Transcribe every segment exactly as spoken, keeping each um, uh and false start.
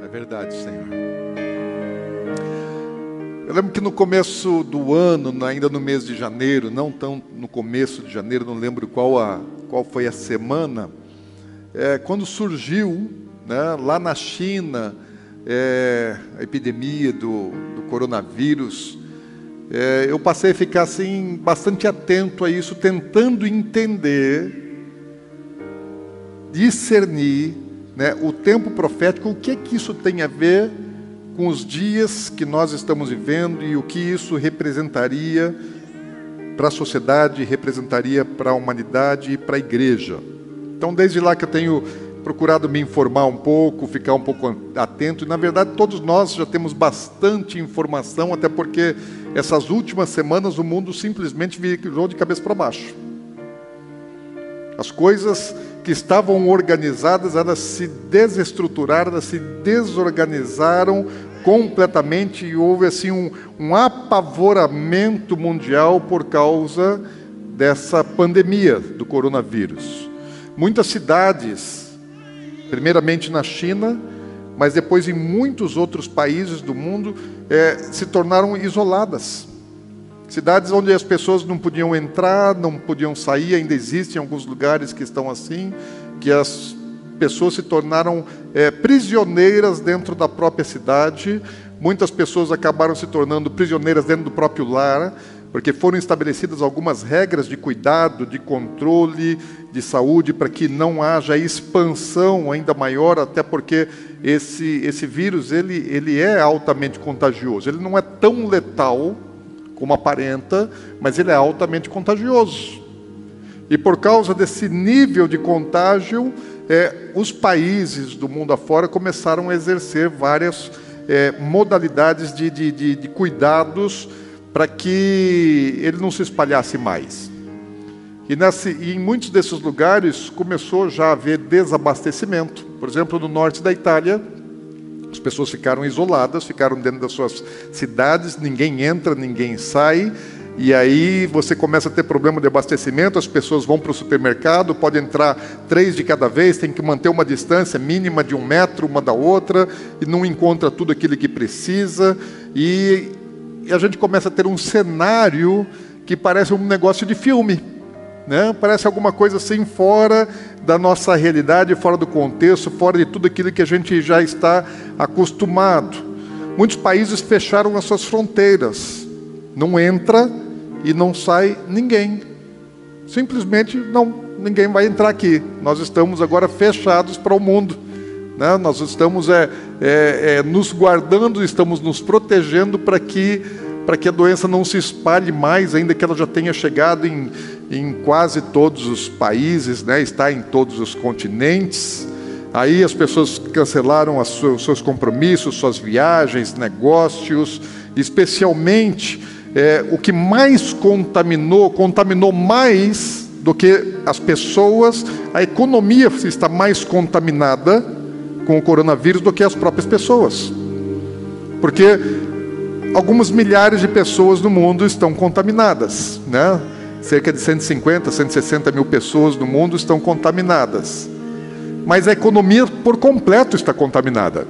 verdade, Senhor. Eu lembro que no começo do ano, ainda no mês de janeiro, não tão no começo de janeiro, não lembro qual, a, qual foi a semana, é, quando surgiu, né, lá na China, é, a epidemia do, do coronavírus, é, eu passei a ficar assim, bastante atento a isso, tentando entender, discernir, né, o tempo profético, o que é que isso tem a ver com os dias que nós estamos vivendo e o que isso representaria para a sociedade, representaria para a humanidade e para a igreja. Então, desde lá que eu tenho procurado me informar um pouco, ficar um pouco atento, e na verdade todos nós já temos bastante informação, até porque essas últimas semanas o mundo simplesmente virou de cabeça para baixo. As coisas que estavam organizadas, elas se desestruturaram, elas se desorganizaram completamente, e houve assim um, um apavoramento mundial por causa dessa pandemia do coronavírus. Muitas cidades, primeiramente na China, mas depois em muitos outros países do mundo, é, se tornaram isoladas. Cidades onde as pessoas não podiam entrar, não podiam sair, ainda existem alguns lugares que estão assim, que as pessoas se tornaram é, prisioneiras dentro da própria cidade. Muitas pessoas acabaram se tornando prisioneiras dentro do próprio lar, porque foram estabelecidas algumas regras de cuidado, de controle, de saúde, para que não haja expansão ainda maior, até porque esse, esse vírus ele, ele é altamente contagioso. Ele não é tão letal como aparenta, mas ele é altamente contagioso. E por causa desse nível de contágio, é, os países do mundo afora começaram a exercer várias é, modalidades de, de, de, de cuidados para que ele não se espalhasse mais. E, nesse, e em muitos desses lugares começou já a haver desabastecimento. Por exemplo, no norte da Itália, as pessoas ficaram isoladas, ficaram dentro das suas cidades, ninguém entra, ninguém sai, e aí você começa a ter problema de abastecimento, as pessoas vão para o supermercado, pode entrar três de cada vez, tem que manter uma distância mínima de um metro uma da outra, e não encontra tudo aquilo que precisa, e, e a gente começa a ter um cenário que parece um negócio de filme, né? Parece alguma coisa assim fora da nossa realidade, fora do contexto, fora de tudo aquilo que a gente já está acostumado. Muitos países fecharam as suas fronteiras. Não entra e não sai ninguém. Simplesmente não, ninguém vai entrar aqui. Nós estamos agora fechados para o mundo, né? Nós estamos é, é, é, nos guardando, estamos nos protegendo para que, para que a doença não se espalhe mais, ainda que ela já tenha chegado em, em quase todos os países, né? Está em todos os continentes. Aí as pessoas cancelaram os seus, seus compromissos, suas viagens, negócios, especialmente é, o que mais contaminou, contaminou mais do que as pessoas, a economia está mais contaminada com o coronavírus do que as próprias pessoas. Porque algumas milhares de pessoas no mundo estão contaminadas, né? Cerca de cento e cinquenta, cento e sessenta mil pessoas no mundo estão contaminadas. Mas a economia por completo está contaminada.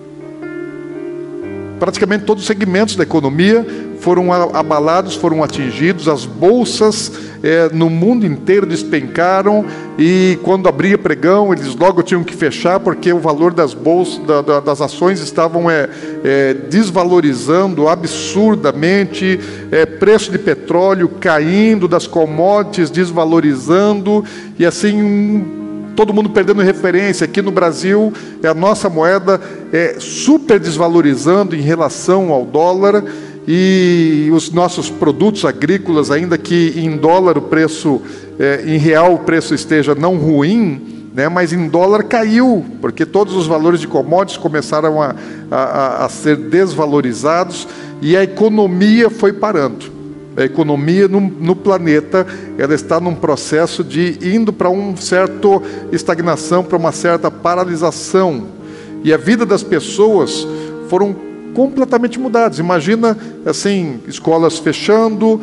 Praticamente todos os segmentos da economia foram abalados, foram atingidos, as bolsas é, no mundo inteiro despencaram, e quando abria pregão, eles logo tinham que fechar, porque o valor das bolsas, da, da, das ações estavam é, é, desvalorizando absurdamente, é, preço de petróleo caindo, das commodities desvalorizando, e assim um, todo mundo perdendo referência. Aqui no Brasil, a nossa moeda é super desvalorizando em relação ao dólar, e os nossos produtos agrícolas, ainda que em dólar o preço, é, em real o preço esteja não ruim, né, mas em dólar caiu, porque todos os valores de commodities começaram a, a, a ser desvalorizados, e a economia foi parando. A economia no, no planeta, ela está num processo de indo para uma certa estagnação, para uma certa paralisação. E a vida das pessoas foram completamente mudadas. Imagina, assim, escolas fechando,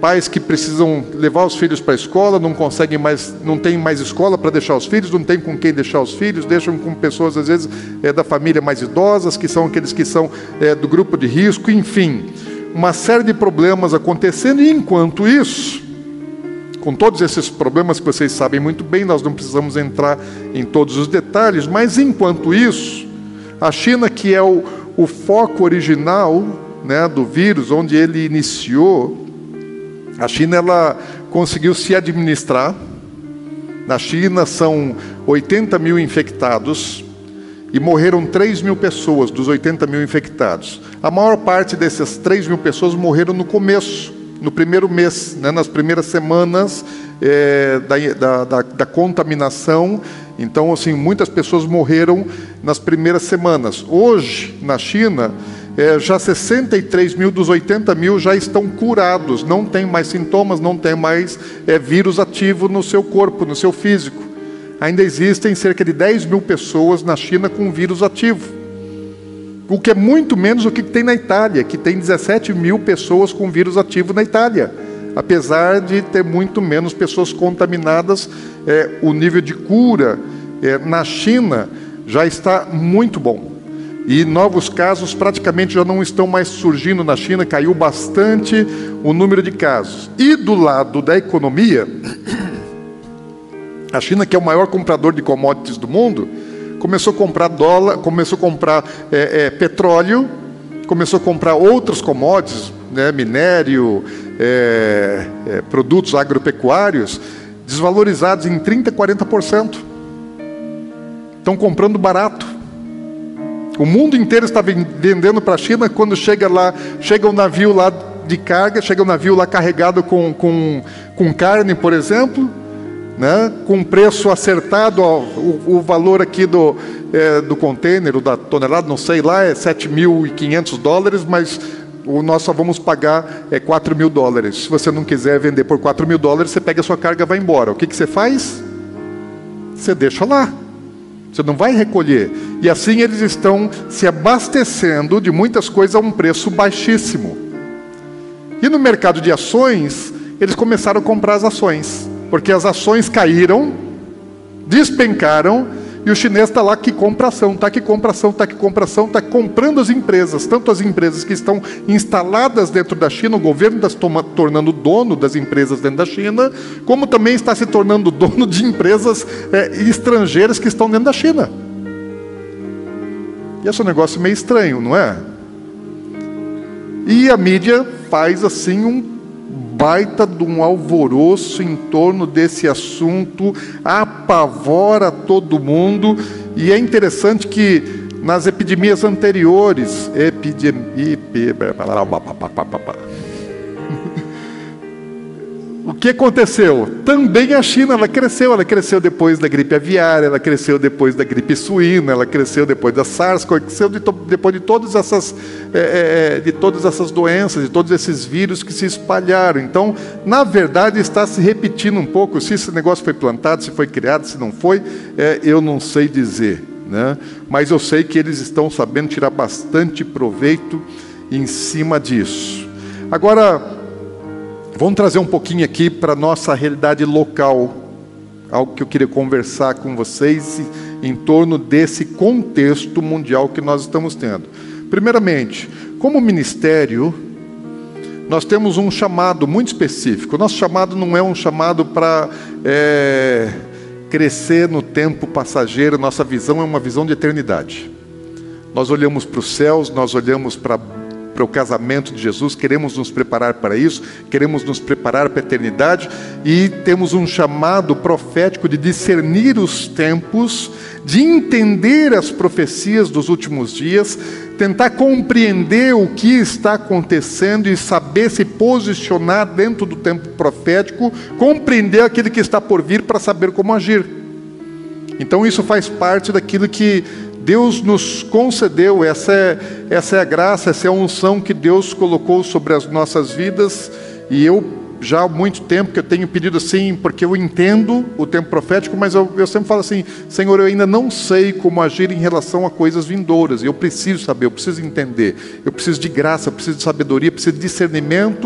pais que precisam levar os filhos para a escola, não conseguem mais, não tem mais escola para deixar os filhos, não tem com quem deixar os filhos, deixam com pessoas, às vezes, é, da família mais idosas, que são aqueles que são é, do grupo de risco, enfim. Uma série de problemas acontecendo, e enquanto isso, com todos esses problemas que vocês sabem muito bem, nós não precisamos entrar em todos os detalhes, mas enquanto isso, a China, que é o, o foco original, né, do vírus, onde ele iniciou, a China ela conseguiu se administrar. Na China são oitenta mil infectados, e morreram três mil pessoas dos oitenta mil infectados. A maior parte dessas três mil pessoas morreram no começo, no primeiro mês, né, nas primeiras semanas é, da, da, da contaminação. Então, assim, muitas pessoas morreram nas primeiras semanas. Hoje, na China, é, já sessenta e três mil dos oitenta mil já estão curados, não tem mais sintomas, não tem mais é, vírus ativo no seu corpo, no seu físico. Ainda existem cerca de dez mil pessoas na China com vírus ativo, o que é muito menos do que tem na Itália, que tem dezessete mil pessoas com vírus ativo na Itália. Apesar de ter muito menos pessoas contaminadas, é, o nível de cura é, na China já está muito bom. E novos casos praticamente já não estão mais surgindo na China, caiu bastante o número de casos. E do lado da economia, a China, que é o maior comprador de commodities do mundo, começou a comprar dólar, começou a comprar é, é, petróleo, começou a comprar outros commodities, né, minério, é, é, produtos agropecuários, desvalorizados em trinta por cento, quarenta por cento. Estão comprando barato. O mundo inteiro está vendendo para a China. Quando chega lá, chega um navio lá de carga, chega um navio lá carregado com, com, com carne, por exemplo, né, com preço acertado, ó, o, o valor aqui do, é, do container, da tonelada, não sei lá, é sete mil e quinhentos dólares, mas o nós só vamos pagar é, quatro mil dólares. Se você não quiser vender por quatro mil dólares, você pega a sua carga e vai embora. O que, que você faz? Você deixa lá. Você não vai recolher. E assim eles estão se abastecendo de muitas coisas a um preço baixíssimo. E no mercado de ações, eles começaram a comprar as ações, porque as ações caíram, despencaram, e o chinês está lá que compra ação, está que compra ação, está que compra ação, está comprando as empresas, tanto as empresas que estão instaladas dentro da China, o governo está se tornando dono das empresas dentro da China, como também está se tornando dono de empresas é, estrangeiras que estão dentro da China. E esse é um negócio meio estranho, não é? E a mídia faz assim um baita de um alvoroço em torno desse assunto, apavora todo mundo. E é interessante que nas epidemias anteriores, epidemia, o que aconteceu? Também a China, ela cresceu, ela cresceu depois da gripe aviária, ela cresceu depois da gripe suína, ela cresceu depois da SARS, cresceu de to, depois de todas essas, é, de todas essas doenças, de todos esses vírus que se espalharam. Então, na verdade, está se repetindo um pouco. Se esse negócio foi plantado, se foi criado, se não foi, é, eu não sei dizer, né? Mas eu sei que eles estão sabendo tirar bastante proveito em cima disso. Agora, vamos trazer um pouquinho aqui para a nossa realidade local, algo que eu queria conversar com vocês em torno desse contexto mundial que nós estamos tendo. Primeiramente, como ministério, nós temos um chamado muito específico. O nosso chamado não é um chamado para é, crescer no tempo passageiro, nossa visão é uma visão de eternidade. Nós olhamos para os céus, nós olhamos para para o casamento de Jesus, queremos nos preparar para isso, queremos nos preparar para a eternidade, e temos um chamado profético de discernir os tempos, de entender as profecias dos últimos dias, tentar compreender o que está acontecendo e saber se posicionar dentro do tempo profético, compreender aquilo que está por vir para saber como agir. Então isso faz parte daquilo que Deus nos concedeu, essa é, essa é a graça, essa é a unção que Deus colocou sobre as nossas vidas. E eu já há muito tempo que eu tenho pedido assim, porque eu entendo o tempo profético, mas eu, eu sempre falo assim: Senhor, eu ainda não sei como agir em relação a coisas vindouras. Eu preciso saber, eu preciso entender, eu preciso de graça, eu preciso de sabedoria, eu preciso de discernimento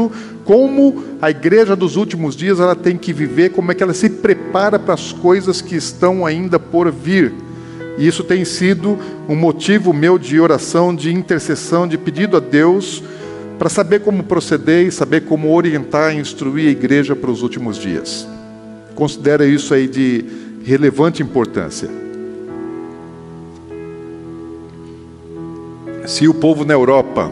como a igreja dos últimos dias ela tem que viver, como é que ela se prepara para as coisas que estão ainda por vir. E isso tem sido um motivo meu de oração, de intercessão, de pedido a Deus para saber como proceder e saber como orientar e instruir a igreja para os últimos dias. Considera isso aí de relevante importância. Se o povo na Europa,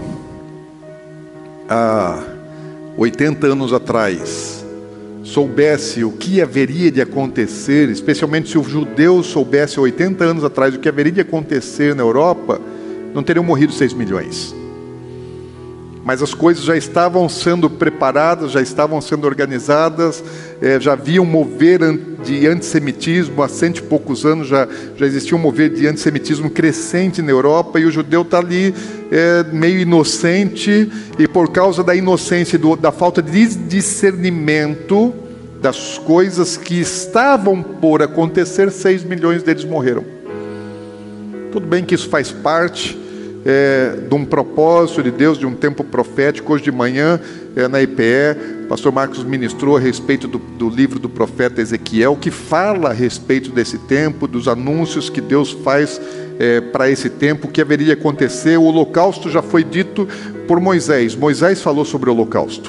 há oitenta anos atrás, soubesse o que haveria de acontecer, especialmente se os judeus soubessem oitenta anos atrás o que haveria de acontecer na Europa, não teriam morrido seis milhões. Mas as coisas já estavam sendo preparadas, já estavam sendo organizadas, eh, já havia um mover de antissemitismo, há cento e poucos anos já, já existia um mover de antissemitismo crescente na Europa, e o judeu está ali eh, meio inocente, e por causa da inocência, do, da falta de discernimento das coisas que estavam por acontecer, seis milhões deles morreram. Tudo bem que isso faz parte É, de um propósito de Deus, de um tempo profético. Hoje de manhã, é, na I P E, o pastor Marcos ministrou a respeito do, do livro do profeta Ezequiel, que fala a respeito desse tempo, dos anúncios que Deus faz é, para esse tempo, o que haveria de acontecer. O holocausto já foi dito por Moisés. Moisés falou sobre o holocausto.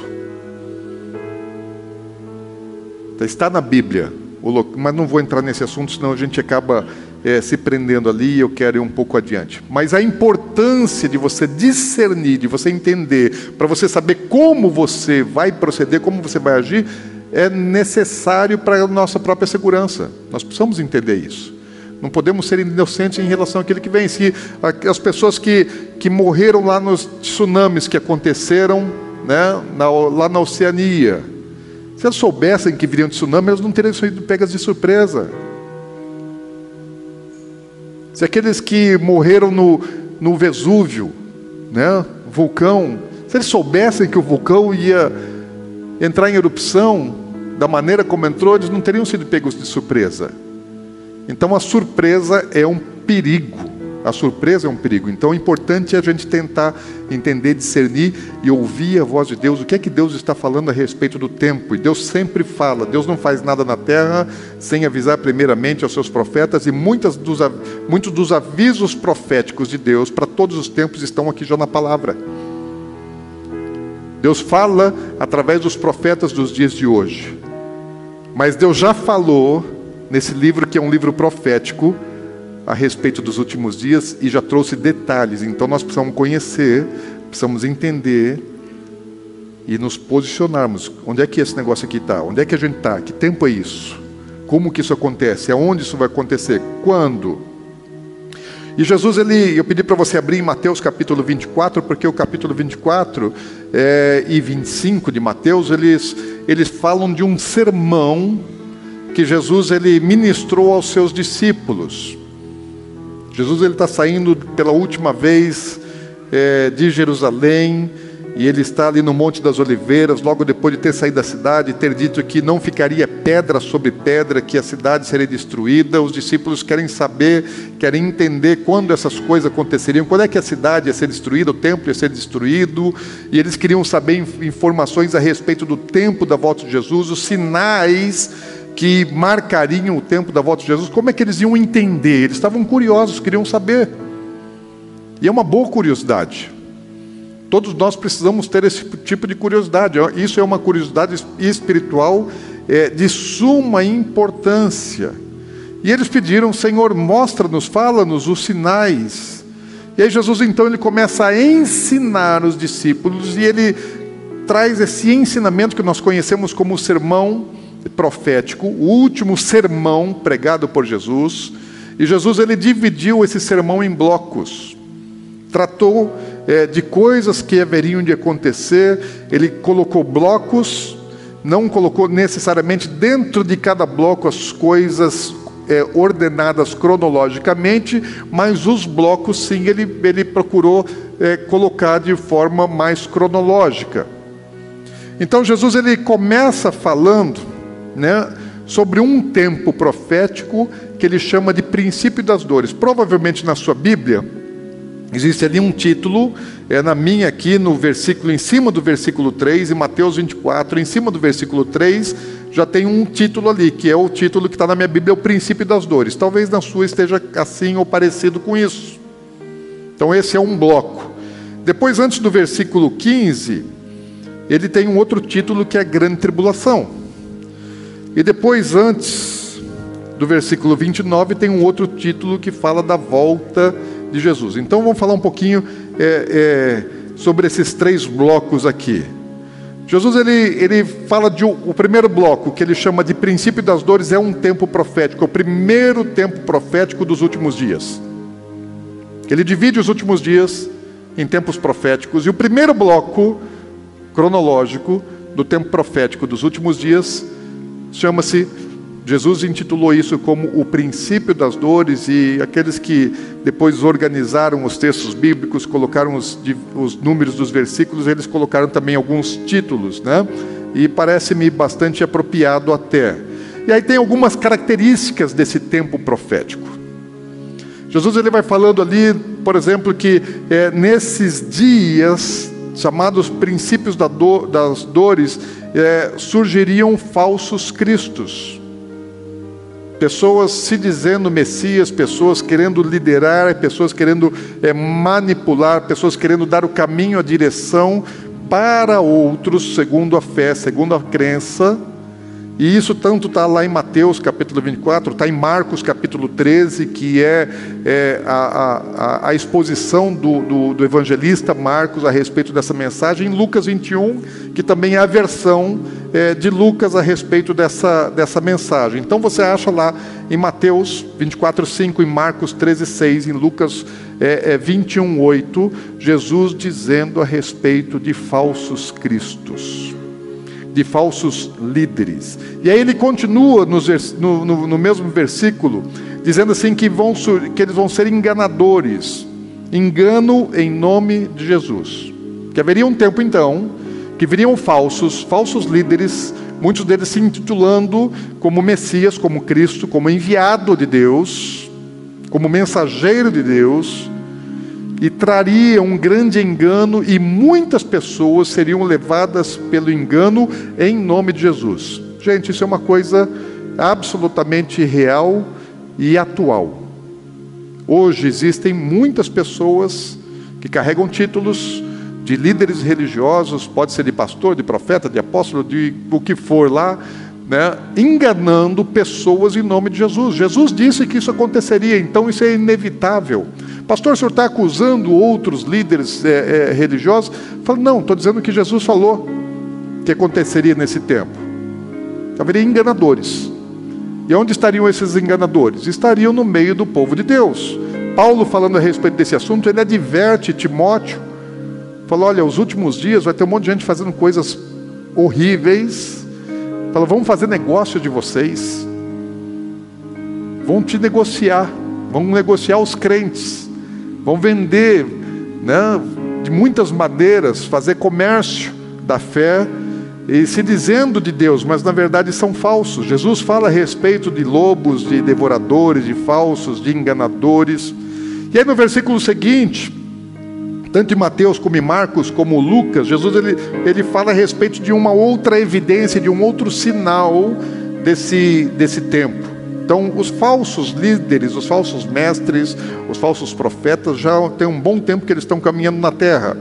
Está na Bíblia, mas não vou entrar nesse assunto, senão a gente acaba É, se prendendo ali, e eu quero ir um pouco adiante. Mas a importância de você discernir, de você entender, para você saber como você vai proceder, como você vai agir, é necessário para a nossa própria segurança. Nós precisamos entender isso. Não podemos ser inocentes em relação àquilo que vem. Se as pessoas que, que morreram lá nos tsunamis que aconteceram, né, na, lá na Oceania, se elas soubessem que viriam tsunami, elas não teriam sido pegas de surpresa. Se aqueles que morreram no, no Vesúvio, né, vulcão, se eles soubessem que o vulcão ia entrar em erupção da maneira como entrou, eles não teriam sido pegos de surpresa. Então a surpresa é um perigo. A surpresa é um perigo. Então é importante a gente tentar entender, discernir e ouvir a voz de Deus. O que é que Deus está falando a respeito do tempo? E Deus sempre fala. Deus não faz nada na terra sem avisar primeiramente aos seus profetas. E muitas dos, muitos dos avisos proféticos de Deus para todos os tempos estão aqui já na palavra. Deus fala através dos profetas dos dias de hoje. Mas Deus já falou nesse livro, que é um livro profético, a respeito dos últimos dias, e já trouxe detalhes. Então nós precisamos conhecer, precisamos entender e nos posicionarmos. Onde é que esse negócio aqui está? Onde é que a gente está? Que tempo é isso? Como que isso acontece? Aonde isso vai acontecer? Quando? E Jesus, ele, eu pedi para você abrir em Mateus capítulo vinte e quatro, porque o capítulo vinte e quatro é, e vinte e cinco de Mateus, eles, eles falam de um sermão que Jesus ele ministrou aos seus discípulos. Jesus ele está saindo pela última vez é, de Jerusalém, e ele está ali no Monte das Oliveiras, logo depois de ter saído da cidade, ter dito que não ficaria pedra sobre pedra, que a cidade seria destruída. Os discípulos querem saber, querem entender quando essas coisas aconteceriam, quando é que a cidade ia ser destruída, o templo ia ser destruído, e eles queriam saber informações a respeito do tempo da volta de Jesus, os sinais que marcariam o tempo da volta de Jesus. Como é que eles iam entender? Eles estavam curiosos, queriam saber. E é uma boa curiosidade. Todos nós precisamos ter esse tipo de curiosidade. Isso é uma curiosidade espiritual é, de suma importância. E eles pediram: Senhor, mostra-nos, fala-nos os sinais. E aí Jesus então ele começa a ensinar os discípulos, e ele traz esse ensinamento que nós conhecemos como o sermão profético, o último sermão pregado por Jesus. E Jesus ele dividiu esse sermão em blocos, tratou é, de coisas que haveriam de acontecer. Ele colocou blocos, não colocou necessariamente dentro de cada bloco as coisas é, ordenadas cronologicamente, mas os blocos sim, ele, ele procurou é, colocar de forma mais cronológica. Então Jesus ele começa falando, né, sobre um tempo profético que ele chama de princípio das dores. Provavelmente na sua Bíblia Existe ali um título, é na minha aqui no versículo, em cima do versículo três, em Mateus vinte e quatro, em cima do versículo três, já tem um título ali, que é o título que está na minha Bíblia, é o princípio das dores. Talvez na sua esteja assim ou parecido com isso. Então esse é um bloco. Depois, antes do versículo quinze, ele tem um outro título que é Grande Tribulação. E depois, antes do versículo vinte e nove, tem um outro título que fala da volta de Jesus. Então vamos falar um pouquinho é, é, sobre esses três blocos aqui. Jesus ele, ele fala de o primeiro bloco, que ele chama de princípio das dores, é um tempo profético, é o primeiro tempo profético dos últimos dias. Ele divide os últimos dias em tempos proféticos, e o primeiro bloco cronológico do tempo profético dos últimos dias chama-se, Jesus intitulou isso como o princípio das dores, e aqueles que depois organizaram os textos bíblicos, colocaram os, os números dos versículos, eles colocaram também alguns títulos, né? E parece-me bastante apropriado até. E aí tem algumas características desse tempo profético. Jesus ele vai falando ali, por exemplo, que é, nesses dias chamados princípios da do, das dores, é, surgiriam falsos cristos. Pessoas se dizendo Messias, pessoas querendo liderar, pessoas querendo é, manipular, pessoas querendo dar o caminho, a direção para outros, segundo a fé, segundo a crença. E isso tanto está lá em Mateus capítulo vinte e quatro, está em Marcos capítulo treze, que é, é a, a, a exposição do, do, do evangelista Marcos a respeito dessa mensagem, em Lucas vinte e um, que também é a versão é, de Lucas a respeito dessa, dessa mensagem. Então você acha lá em Mateus vinte e quatro, cinco, em Marcos treze, seis, em Lucas é, é, vinte e um, oito, Jesus dizendo a respeito de falsos cristos, de falsos líderes. E aí ele continua nos, no, no, no mesmo versículo, dizendo assim que, vão, que eles vão ser enganadores. Engano em nome de Jesus. Que haveria um tempo então, que viriam falsos, falsos líderes, muitos deles se intitulando como Messias, como Cristo, como enviado de Deus, como mensageiro de Deus, e traria um grande engano, e muitas pessoas seriam levadas pelo engano em nome de Jesus. Gente, isso é uma coisa absolutamente real e atual. Hoje existem muitas pessoas que carregam títulos de líderes religiosos, pode ser de pastor, de profeta, de apóstolo, de o que for lá, né, enganando pessoas em nome de Jesus. Jesus disse que isso aconteceria, então isso é inevitável. Pastor, o senhor está acusando outros líderes é, é, religiosos? Fala, não, estou dizendo que Jesus falou que aconteceria nesse tempo. Haveria enganadores. E onde estariam esses enganadores? Estariam no meio do povo de Deus. Paulo, falando a respeito desse assunto, ele adverte Timóteo, fala, olha, os últimos dias vai ter um monte de gente fazendo coisas horríveis. Fala, vamos fazer negócio de vocês. Vão te negociar. Vão negociar os crentes. Vão vender, né, de muitas maneiras, fazer comércio da fé, e se dizendo de Deus, mas na verdade são falsos. Jesus fala a respeito de lobos, de devoradores, de falsos, de enganadores. E aí no versículo seguinte, tanto em Mateus como em Marcos, como Lucas, Jesus ele, ele fala a respeito de uma outra evidência, de um outro sinal desse, desse tempo. Então, os falsos líderes, os falsos mestres, os falsos profetas, já tem um bom tempo que eles estão caminhando na terra.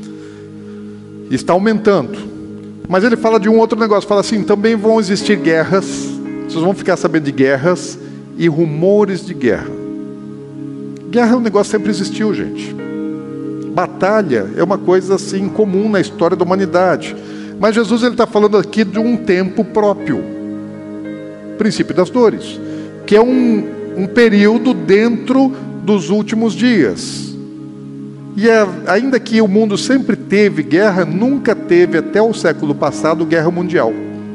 E está aumentando. Mas ele fala de um outro negócio, fala assim, também vão existir guerras, vocês vão ficar sabendo de guerras e rumores de guerra. Guerra é um negócio que sempre existiu, gente. Batalha é uma coisa assim comum na história da humanidade. Mas Jesus ele está falando aqui de um tempo próprio. Princípio das dores. Que é um, um período dentro dos últimos dias. E é, ainda que o mundo sempre teve guerra, nunca teve até o século passado guerra mundial.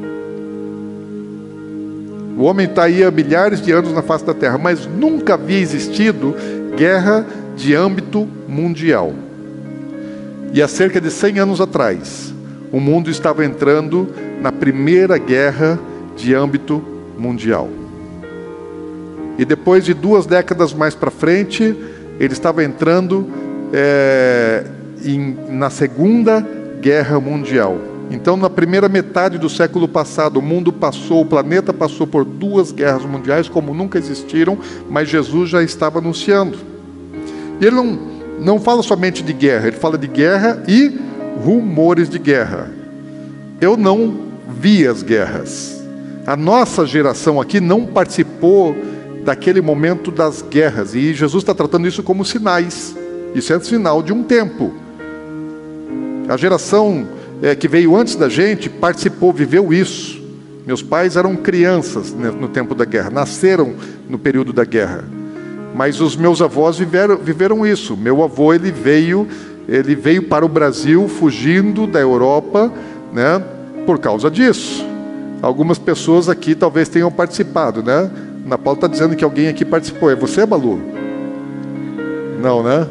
O homem está aí há milhares de anos na face da Terra, mas nunca havia existido guerra de âmbito mundial. E há cerca de cem anos atrás, o mundo estava entrando na primeira guerra de âmbito mundial. E depois de duas décadas mais para frente, ele estava entrando é, em, na Segunda Guerra Mundial. Então, na primeira metade do século passado, o mundo passou, o planeta passou por duas guerras mundiais como nunca existiram, mas Jesus já estava anunciando. E ele não, não fala somente de guerra, ele fala de guerra e rumores de guerra. Eu não vi as guerras. A nossa geração aqui não participou daquele momento das guerras, e Jesus está tratando isso como sinais. Isso é sinal de um tempo. A geração é, que veio antes da gente participou, viveu isso. Meus pais eram crianças, né, no tempo da guerra, nasceram no período da guerra. Mas os meus avós viveram, viveram isso. Meu avô ele veio, ele veio para o Brasil fugindo da Europa, né, por causa disso. Algumas pessoas aqui talvez tenham participado, né? Ana Paula está dizendo que alguém aqui participou. É você, Balu? Não, né?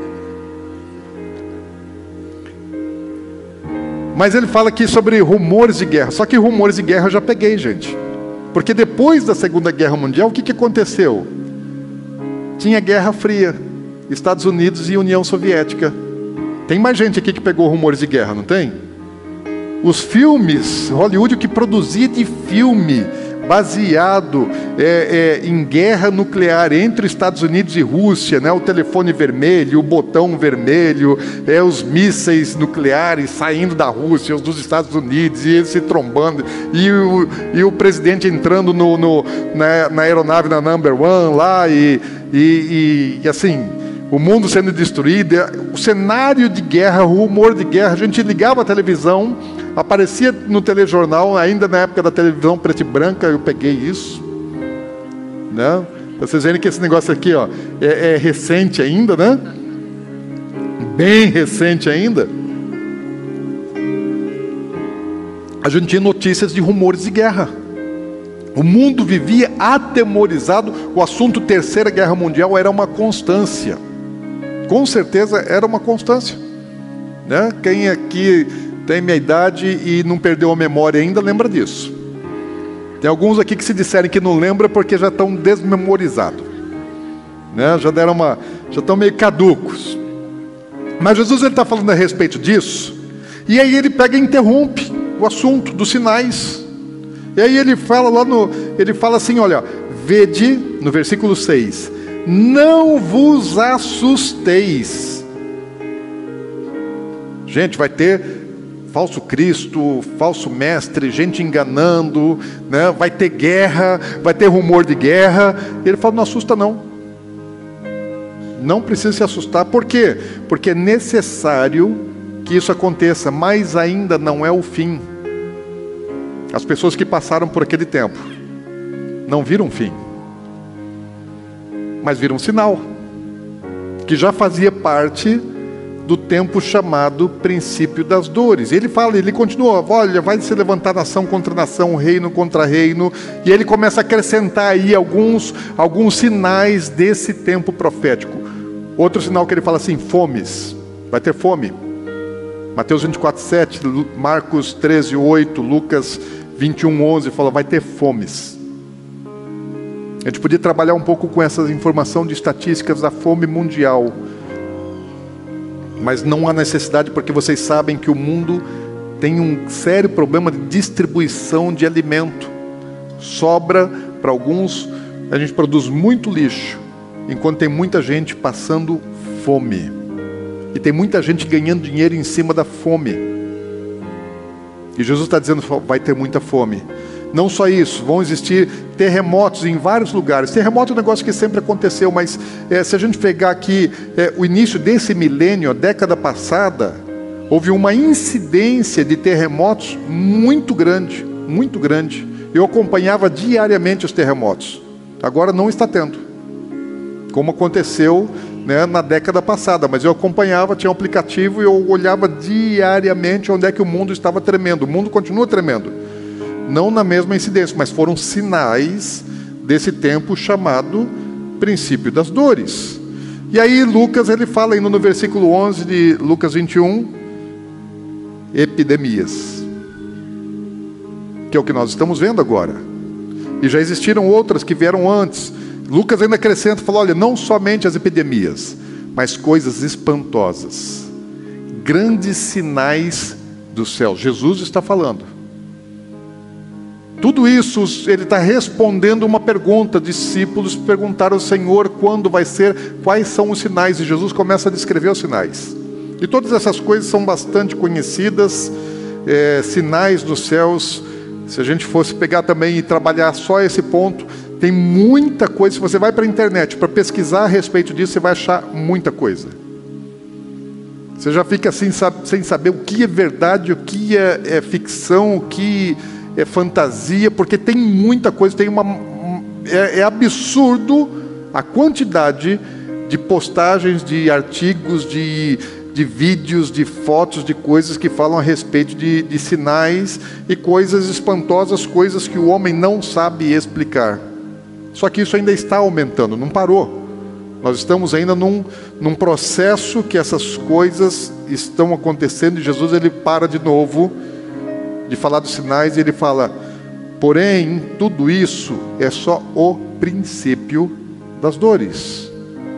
Mas ele fala aqui sobre rumores de guerra. Só que rumores de guerra eu já peguei, gente. Porque depois da Segunda Guerra Mundial, o que, que aconteceu? Tinha Guerra Fria, Estados Unidos e União Soviética. Tem mais gente aqui que pegou rumores de guerra, não tem? Os filmes, Hollywood, o que produzia de filme baseado é, é, em guerra nuclear entre Estados Unidos e Rússia, né? O telefone vermelho, o botão vermelho, é, os mísseis nucleares saindo da Rússia, os dos Estados Unidos, e eles se trombando, e o, e o presidente entrando no, no, na, na aeronave da Number One lá, e, e, e, e assim, o mundo sendo destruído, o cenário de guerra, o rumor de guerra. A gente ligava a televisão, aparecia no telejornal, ainda na época da televisão preta e branca, eu peguei isso, né? Pra vocês verem que esse negócio aqui, ó, é, é recente ainda, né? Bem recente ainda. A gente tinha notícias de rumores de guerra. O mundo vivia atemorizado. O assunto Terceira Guerra Mundial era uma constância. Com certeza era uma constância, né? Quem aqui tem minha idade e não perdeu a memória ainda, lembra disso. Tem alguns aqui que se disserem que não lembra porque já estão desmemorizados, né? Já deram uma, já estão meio caducos. Mas Jesus ele está falando a respeito disso, e aí ele pega e interrompe o assunto dos sinais. E aí ele fala lá no, ele fala assim, olha, vede, no versículo seis, não vos assusteis. Gente, vai ter falso Cristo, falso mestre, gente enganando, né? Vai ter guerra, vai ter rumor de guerra. E ele fala, não assusta não. Não precisa se assustar. Por quê? Porque é necessário que isso aconteça, mas ainda não é o fim. As pessoas que passaram por aquele tempo não viram o fim, mas viram um sinal que já fazia parte do tempo chamado princípio das dores. Ele fala, ele continua, olha, vai se levantar nação contra nação, reino contra reino, e ele começa a acrescentar aí alguns, alguns sinais desse tempo profético. Outro sinal que ele fala assim, fomes, vai ter fome. Mateus vinte e quatro, sete, Marcos treze, oito, Lucas vinte e um, onze, fala, vai ter fomes. A gente podia trabalhar um pouco com essa informação de estatísticas da fome mundial, mas não há necessidade, porque vocês sabem que o mundo tem um sério problema de distribuição de alimento. Sobra para alguns, a gente produz muito lixo, enquanto tem muita gente passando fome. E tem muita gente ganhando dinheiro em cima da fome. E Jesus está dizendo, vai ter muita fome. Não só isso, vão existir terremotos em vários lugares. Terremoto é um negócio que sempre aconteceu, mas é, se a gente pegar aqui é, o início desse milênio, a década passada, houve uma incidência de terremotos muito grande, muito grande. Eu acompanhava diariamente os terremotos. Agora não está tendo, como aconteceu, né, na década passada, mas eu acompanhava, tinha um aplicativo e eu olhava diariamente onde é que o mundo estava tremendo. O mundo continua tremendo. Não na mesma incidência, mas foram sinais desse tempo chamado princípio das dores. E aí Lucas, ele fala ainda no versículo onze de Lucas vinte e um, epidemias, que é o que nós estamos vendo agora. E já existiram outras que vieram antes. Lucas ainda acrescenta, fala, olha, não somente as epidemias, mas coisas espantosas, grandes sinais do céu. Jesus está falando. Tudo isso, ele está respondendo uma pergunta. Discípulos perguntaram ao Senhor quando vai ser, quais são os sinais, e Jesus começa a descrever os sinais. E todas essas coisas são bastante conhecidas, é, sinais dos céus. Se a gente fosse pegar também e trabalhar só esse ponto, tem muita coisa. Se você vai para a internet para pesquisar a respeito disso, você vai achar muita coisa. Você já fica assim, sabe, sem saber o que é verdade, o que é, é ficção, o que é fantasia, porque tem muita coisa. Tem uma, é, é absurdo a quantidade de postagens, de artigos, de, de vídeos, de fotos, de coisas que falam a respeito de, de sinais e coisas espantosas, coisas que o homem não sabe explicar. Só que isso ainda está aumentando, não parou. Nós estamos ainda num, num processo que essas coisas estão acontecendo, e Jesus ele para de novo de falar dos sinais, e ele fala: porém, tudo isso é só o princípio das dores.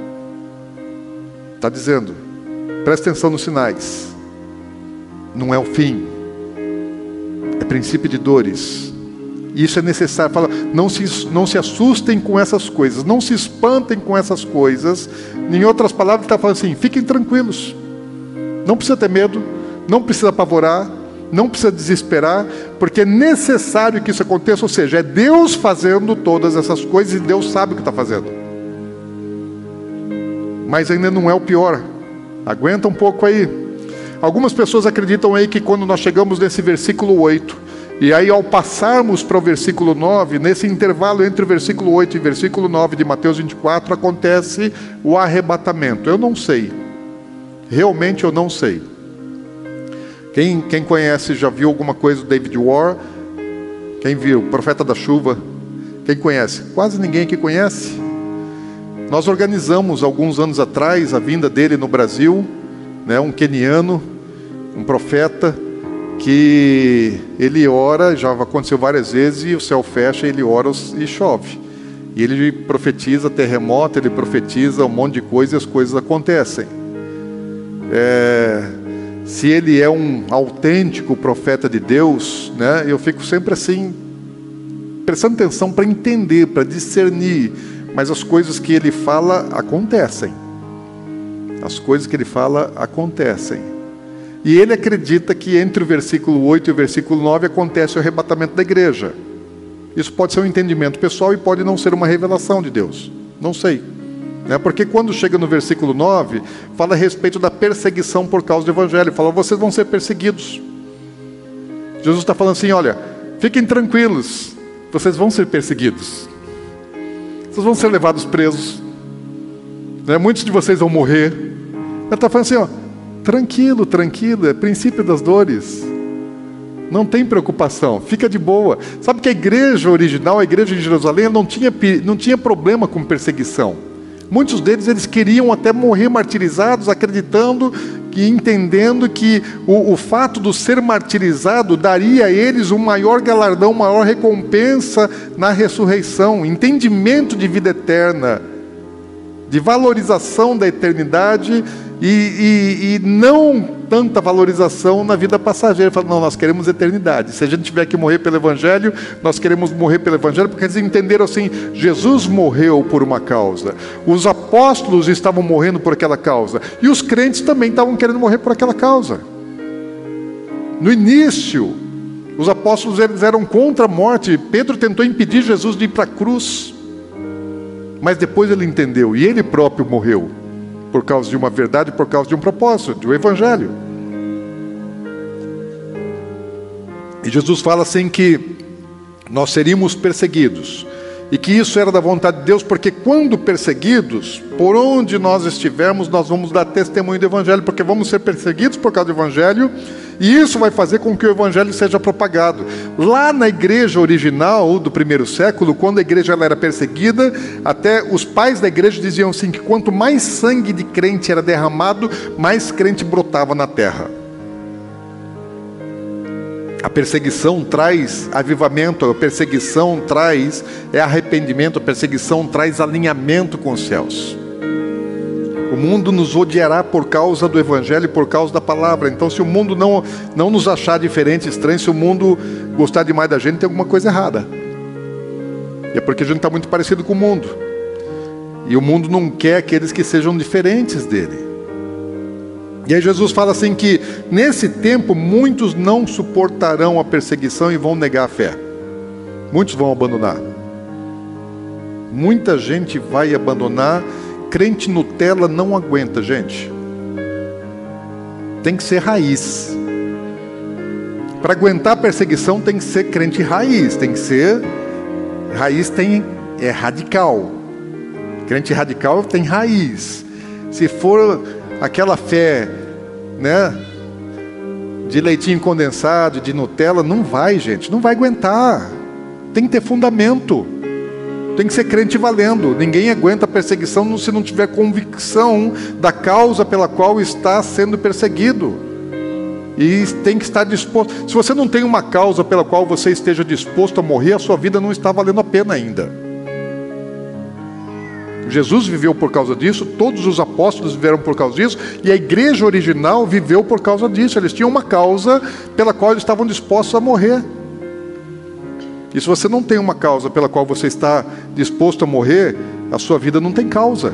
Está dizendo, presta atenção nos sinais, não é o fim, é princípio de dores. Isso é necessário. Fala, não se, não se assustem com essas coisas, não se espantem com essas coisas. Em outras palavras, ele está falando assim: fiquem tranquilos, não precisa ter medo, não precisa apavorar, não precisa desesperar, porque é necessário que isso aconteça. Ou seja, é Deus fazendo todas essas coisas, e Deus sabe o que está fazendo. Mas ainda não é o pior. Aguenta um pouco aí. Algumas pessoas acreditam aí que quando nós chegamos nesse versículo oito, e aí ao passarmos para o versículo nove, nesse intervalo entre o versículo oito e o versículo nove de Mateus vinte e quatro, acontece o arrebatamento. Eu não sei. Realmente eu não sei. Quem, quem conhece, já viu alguma coisa do David Warr? Quem viu? Profeta da Chuva? Quem conhece? Quase ninguém aqui conhece. Nós organizamos alguns anos atrás a vinda dele no Brasil, né, um queniano, um profeta, que ele ora, já aconteceu várias vezes, e o céu fecha, ele ora e chove. E ele profetiza terremoto, ele profetiza um monte de coisas, e as coisas acontecem. É... Se ele é um autêntico profeta de Deus, né, eu fico sempre assim, prestando atenção para entender, para discernir. Mas as coisas que ele fala acontecem. As coisas que ele fala acontecem. E ele acredita que entre o versículo oito e o versículo nove acontece o arrebatamento da igreja. Isso pode ser um entendimento pessoal e pode não ser uma revelação de Deus. Não sei. Porque quando chega no versículo nove, fala a respeito da perseguição por causa do evangelho. Fala, vocês vão ser perseguidos. Jesus está falando assim, olha, fiquem tranquilos, vocês vão ser perseguidos. Vocês vão ser levados presos. Né? Muitos de vocês vão morrer. Ele está falando assim, ó, tranquilo, tranquilo, é princípio das dores. Não tem preocupação, fica de boa. Sabe que a igreja original, a igreja de Jerusalém, não tinha, não tinha problema com perseguição. Muitos deles, eles queriam até morrer martirizados, acreditando e entendendo que o, o fato de ser martirizado daria a eles um maior galardão, maior recompensa na ressurreição, entendimento de vida eterna, de valorização da eternidade e, e, e não tanta valorização na vida passageira. Fala, não, nós queremos eternidade. Se a gente tiver que morrer pelo Evangelho, nós queremos morrer pelo Evangelho, porque eles entenderam assim, Jesus morreu por uma causa, os apóstolos estavam morrendo por aquela causa, e os crentes também estavam querendo morrer por aquela causa. No início, os apóstolos eles eram contra a morte. Pedro tentou impedir Jesus de ir para a cruz, mas depois ele entendeu, e ele próprio morreu, por causa de uma verdade, por causa de um propósito, de um evangelho. E Jesus fala assim que nós seríamos perseguidos, e que isso era da vontade de Deus, porque quando perseguidos, por onde nós estivermos, nós vamos dar testemunho do evangelho, porque vamos ser perseguidos por causa do evangelho, e isso vai fazer com que o evangelho seja propagado. Lá na igreja original do primeiro século, quando a igreja ela era perseguida, até os pais da igreja diziam assim, que quanto mais sangue de crente era derramado, mais crente brotava na terra. A perseguição traz avivamento, a perseguição traz é arrependimento, a perseguição traz alinhamento com os céus. O mundo nos odiará por causa do Evangelho e por causa da palavra. Então, se o mundo não, não nos achar diferente, estranho, se o mundo gostar demais da gente, tem alguma coisa errada. E é porque a gente está muito parecido com o mundo. E o mundo não quer aqueles que sejam diferentes dele. E aí Jesus fala assim que, nesse tempo, muitos não suportarão a perseguição e vão negar a fé. Muitos vão abandonar. Muita gente vai abandonar. Crente Nutella não aguenta, gente. Tem que ser raiz. Para aguentar a perseguição tem que ser crente raiz. Tem que ser... Raiz tem... é radical. Crente radical tem raiz. Se for aquela fé, né, de leitinho condensado, de Nutella, não vai, gente. Não vai aguentar. Tem que ter fundamento. Tem que ser crente valendo. Ninguém aguenta a perseguição se não tiver convicção da causa pela qual está sendo perseguido. E tem que estar disposto. Se você não tem uma causa pela qual você esteja disposto a morrer, a sua vida não está valendo a pena ainda. Jesus viveu por causa disso, todos os apóstolos viveram por causa disso, e a igreja original viveu por causa disso. Eles tinham uma causa pela qual eles estavam dispostos a morrer. E se você não tem uma causa pela qual você está disposto a morrer, a sua vida não tem causa.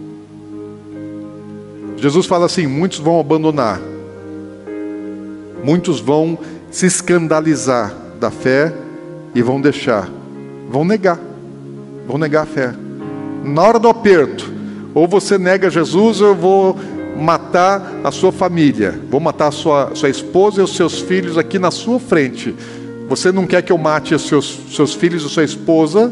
Jesus fala assim: muitos vão abandonar, muitos vão se escandalizar da fé e vão deixar, vão negar, vão negar a fé. Na hora do aperto, ou você nega Jesus, ou eu vou matar a sua família, vou matar a sua, sua esposa e os seus filhos aqui na sua frente. Você não quer que eu mate os seus, seus filhos ou sua esposa?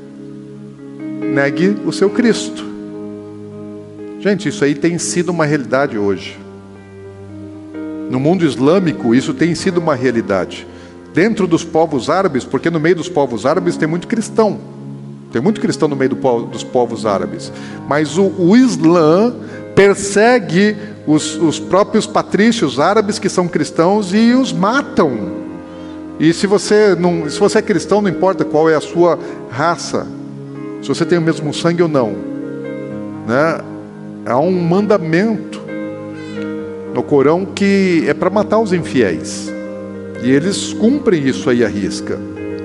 Negue o seu Cristo. Gente, isso aí tem sido uma realidade hoje. No mundo islâmico, isso tem sido uma realidade. Dentro dos povos árabes, porque no meio dos povos árabes tem muito cristão. Tem muito cristão no meio do povo, dos povos árabes. Mas o, o Islã persegue os, os próprios patrícios árabes que são cristãos e os matam. E se você, não, se você é cristão, não importa qual é a sua raça, se você tem o mesmo sangue ou não, né? Há um mandamento no Corão que é para matar os infiéis. E eles cumprem isso aí à risca.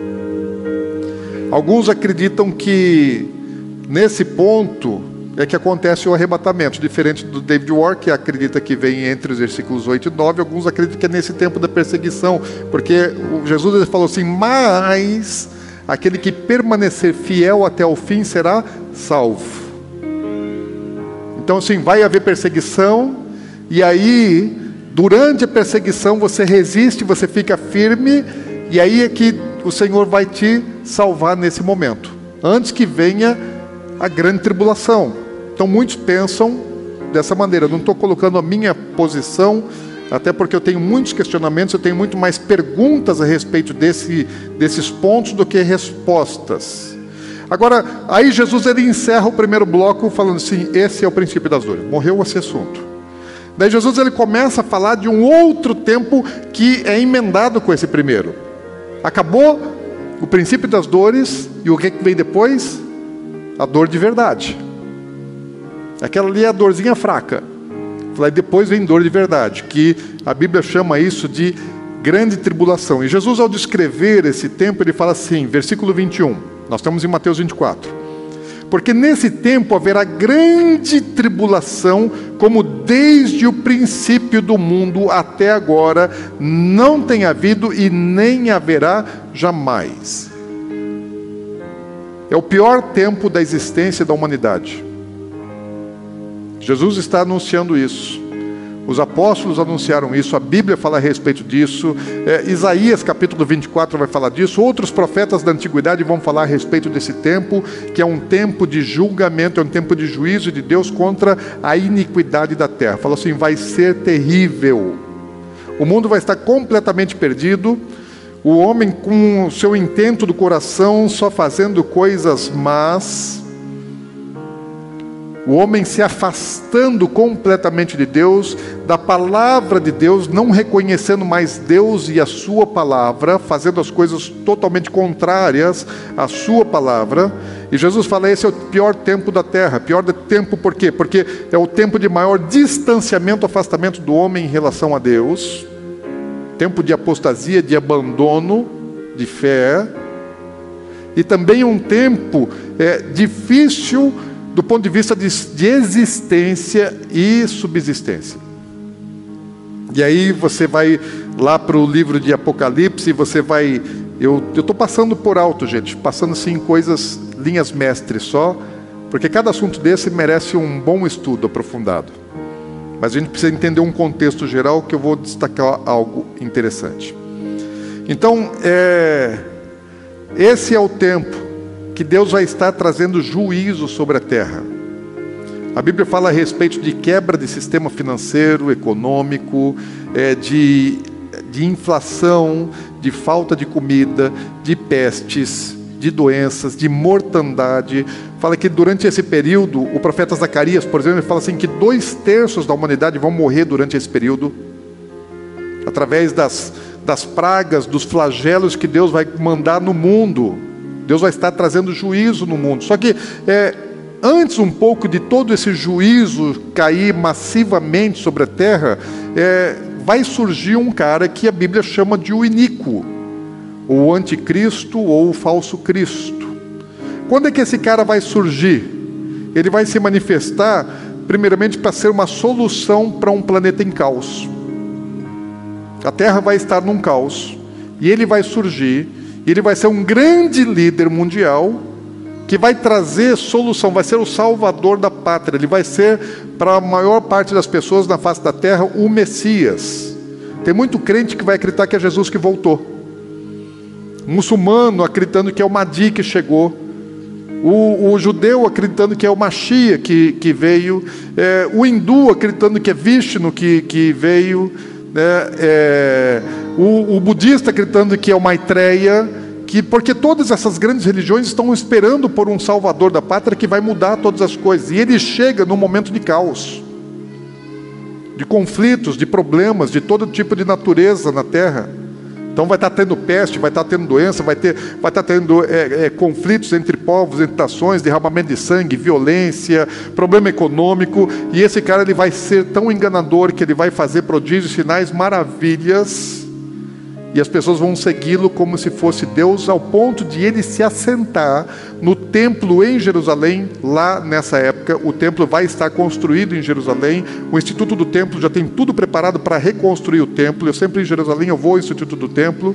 Alguns acreditam que nesse ponto é que acontece o arrebatamento, diferente do David Wark, que acredita que vem entre os versículos oito e nove, alguns acreditam que é nesse tempo da perseguição, porque Jesus ele falou assim: mas aquele que permanecer fiel até o fim será salvo. Então assim, vai haver perseguição, e aí, durante a perseguição, você resiste, você fica firme, e aí é que o Senhor vai te salvar nesse momento, antes que venha a grande tribulação. Então muitos pensam dessa maneira. Eu não estou colocando a minha posição, até porque eu tenho muitos questionamentos, eu tenho muito mais perguntas a respeito desse, desses pontos do que respostas. Agora, aí Jesus ele encerra o primeiro bloco falando assim: esse é o princípio das dores. Morreu esse assunto. Daí Jesus ele começa a falar de um outro tempo que é emendado com esse primeiro. Acabou o princípio das dores, e o que vem depois? A dor de verdade. Aquela ali é a dorzinha fraca. Aí depois vem dor de verdade, que a Bíblia chama isso de grande tribulação. E Jesus, ao descrever esse tempo, ele fala assim, versículo vinte e um, nós estamos em Mateus vinte e quatro: porque nesse tempo haverá grande tribulação, como desde o princípio do mundo até agora não tem havido e nem haverá jamais. É o pior tempo da existência da humanidade. Jesus está anunciando isso. Os apóstolos anunciaram isso, a Bíblia fala a respeito disso, é, Isaías capítulo vinte e quatro vai falar disso, outros profetas da antiguidade vão falar a respeito desse tempo, que é um tempo de julgamento, é um tempo de juízo de Deus contra a iniquidade da terra. Fala assim, vai ser terrível. O mundo vai estar completamente perdido, o homem com o seu intento do coração só fazendo coisas más. O homem se afastando completamente de Deus, da palavra de Deus, não reconhecendo mais Deus e a sua palavra, fazendo as coisas totalmente contrárias à sua palavra. E Jesus fala, esse é o pior tempo da terra. Pior tempo por quê? Porque é o tempo de maior distanciamento, afastamento do homem em relação a Deus. Tempo de apostasia, de abandono de fé. E também um tempo é, difícil do ponto de vista de, de existência e subsistência. E aí você vai lá para o livro de Apocalipse, você vai... Eu estou passando por alto, gente, passando assim coisas, linhas mestres só, porque cada assunto desse merece um bom estudo aprofundado. Mas a gente precisa entender um contexto geral, que eu vou destacar algo interessante. Então, é, esse é o tempo que Deus vai estar trazendo juízo sobre a terra. A Bíblia fala a respeito de quebra de sistema financeiro, econômico, é, de, de inflação, de falta de comida, de pestes, de doenças, de mortandade. Fala que durante esse período, o profeta Zacarias, por exemplo, ele fala assim que dois terços da humanidade vão morrer durante esse período, através das, das pragas, dos flagelos que Deus vai mandar no mundo. Deus vai estar trazendo juízo no mundo. Só que é, antes um pouco de todo esse juízo cair massivamente sobre a terra, é, vai surgir um cara que a Bíblia chama de o iníquo, o anticristo ou o falso Cristo. Quando é que esse cara vai surgir? Ele vai se manifestar, primeiramente, para ser uma solução para um planeta em caos. A terra vai estar num caos, e ele vai surgir. Ele vai ser um grande líder mundial que vai trazer solução, vai ser o salvador da pátria. Ele vai ser, para a maior parte das pessoas na face da terra, o Messias. Tem muito crente que vai acreditar que é Jesus que voltou. Muçulmano acreditando que é o Mahdi que chegou. O, o judeu acreditando que é o Mashiach que, que veio. É, o hindu acreditando que é Vishnu que, que veio. É, é, o, o budista acreditando que é o Maitreya, que, porque todas essas grandes religiões estão esperando por um salvador da pátria que vai mudar todas as coisas, e ele chega num momento de caos, de conflitos, de problemas, de todo tipo de natureza na terra. Então vai estar tendo peste, vai estar tendo doença, vai, ter, vai estar tendo é, é, conflitos entre povos, entre nações, derramamento de sangue, violência, problema econômico. E esse cara ele vai ser tão enganador que ele vai fazer prodígios, sinais, maravilhas. E as pessoas vão segui-lo como se fosse Deus, ao ponto de ele se assentar no templo em Jerusalém. Lá nessa época, o templo vai estar construído em Jerusalém. O Instituto do Templo já tem tudo preparado para reconstruir o templo. Eu sempre em Jerusalém, eu vou ao Instituto do Templo.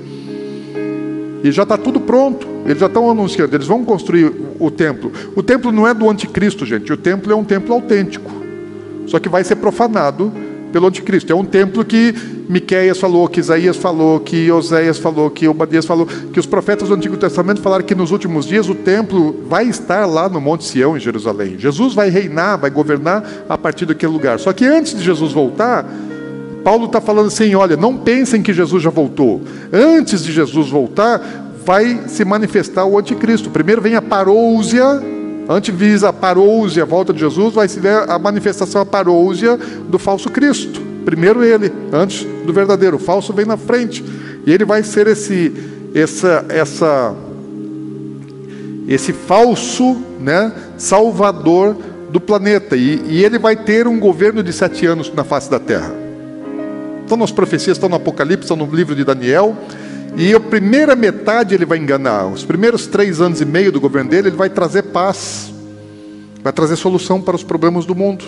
E já está tudo pronto. Eles já estão anunciando, eles vão construir o templo. O templo não é do anticristo, gente. O templo é um templo autêntico. Só que vai ser profanado pelo anticristo. É um templo que Miqueias falou, que Isaías falou, que Oséias falou, que Obadias falou, que os profetas do Antigo Testamento falaram que nos últimos dias o templo vai estar lá no Monte Sião, em Jerusalém. Jesus vai reinar, vai governar a partir daquele lugar. Só que antes de Jesus voltar, Paulo está falando assim, olha, não pensem que Jesus já voltou. Antes de Jesus voltar, vai se manifestar o anticristo. Primeiro vem a parousia. Antes visa a parousia, a volta de Jesus, vai se ver a manifestação, a parousia do falso Cristo. Primeiro ele, antes do verdadeiro. O falso vem na frente. E ele vai ser esse, essa, essa, esse falso, né, salvador do planeta. E, e ele vai ter um governo de sete anos na face da terra. Então as profecias estão no Apocalipse, estão no livro de Daniel. E a primeira metade ele vai enganar. Os primeiros três anos e meio do governo dele, ele vai trazer paz. Vai trazer solução para os problemas do mundo.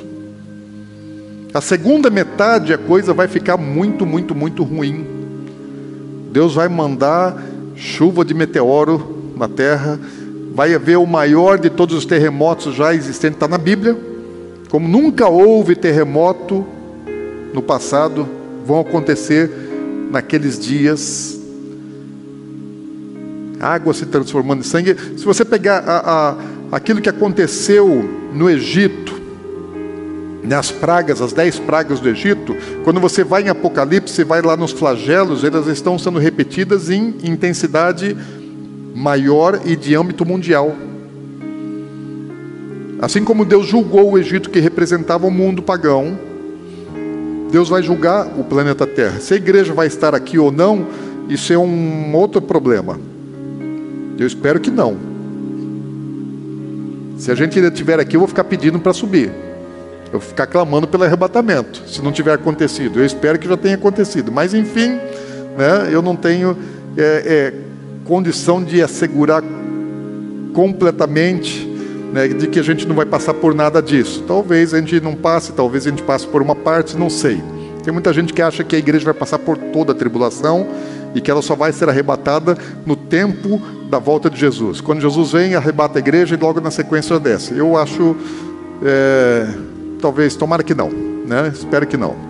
A segunda metade, a coisa vai ficar muito, muito, muito ruim. Deus vai mandar chuva de meteoro na terra. Vai haver o maior de todos os terremotos já existentes. Está na Bíblia. Como nunca houve terremoto no passado, vão acontecer naqueles dias. Água se transformando em sangue. Se você pegar a, a, aquilo que aconteceu no Egito, nas pragas, as dez pragas do Egito, quando você vai em Apocalipse, você vai lá nos flagelos, elas estão sendo repetidas em intensidade maior e de âmbito mundial. Assim como Deus julgou o Egito, que representava o mundo pagão, Deus vai julgar o planeta Terra. Se a igreja vai estar aqui ou não, isso é um outro problema. Eu espero que não. Se a gente ainda estiver aqui, eu vou ficar pedindo para subir. Eu vou ficar clamando pelo arrebatamento, se não tiver acontecido. Eu espero que já tenha acontecido. Mas, enfim, né, eu não tenho é, é, condição de assegurar completamente, né, de que a gente não vai passar por nada disso. Talvez a gente não passe, talvez a gente passe por uma parte, não sei. Tem muita gente que acha que a igreja vai passar por toda a tribulação e que ela só vai ser arrebatada no tempo da volta de Jesus. Quando Jesus vem, arrebata a igreja e logo na sequência desce. Eu acho, é, talvez, tomara que não, né? Espero que não.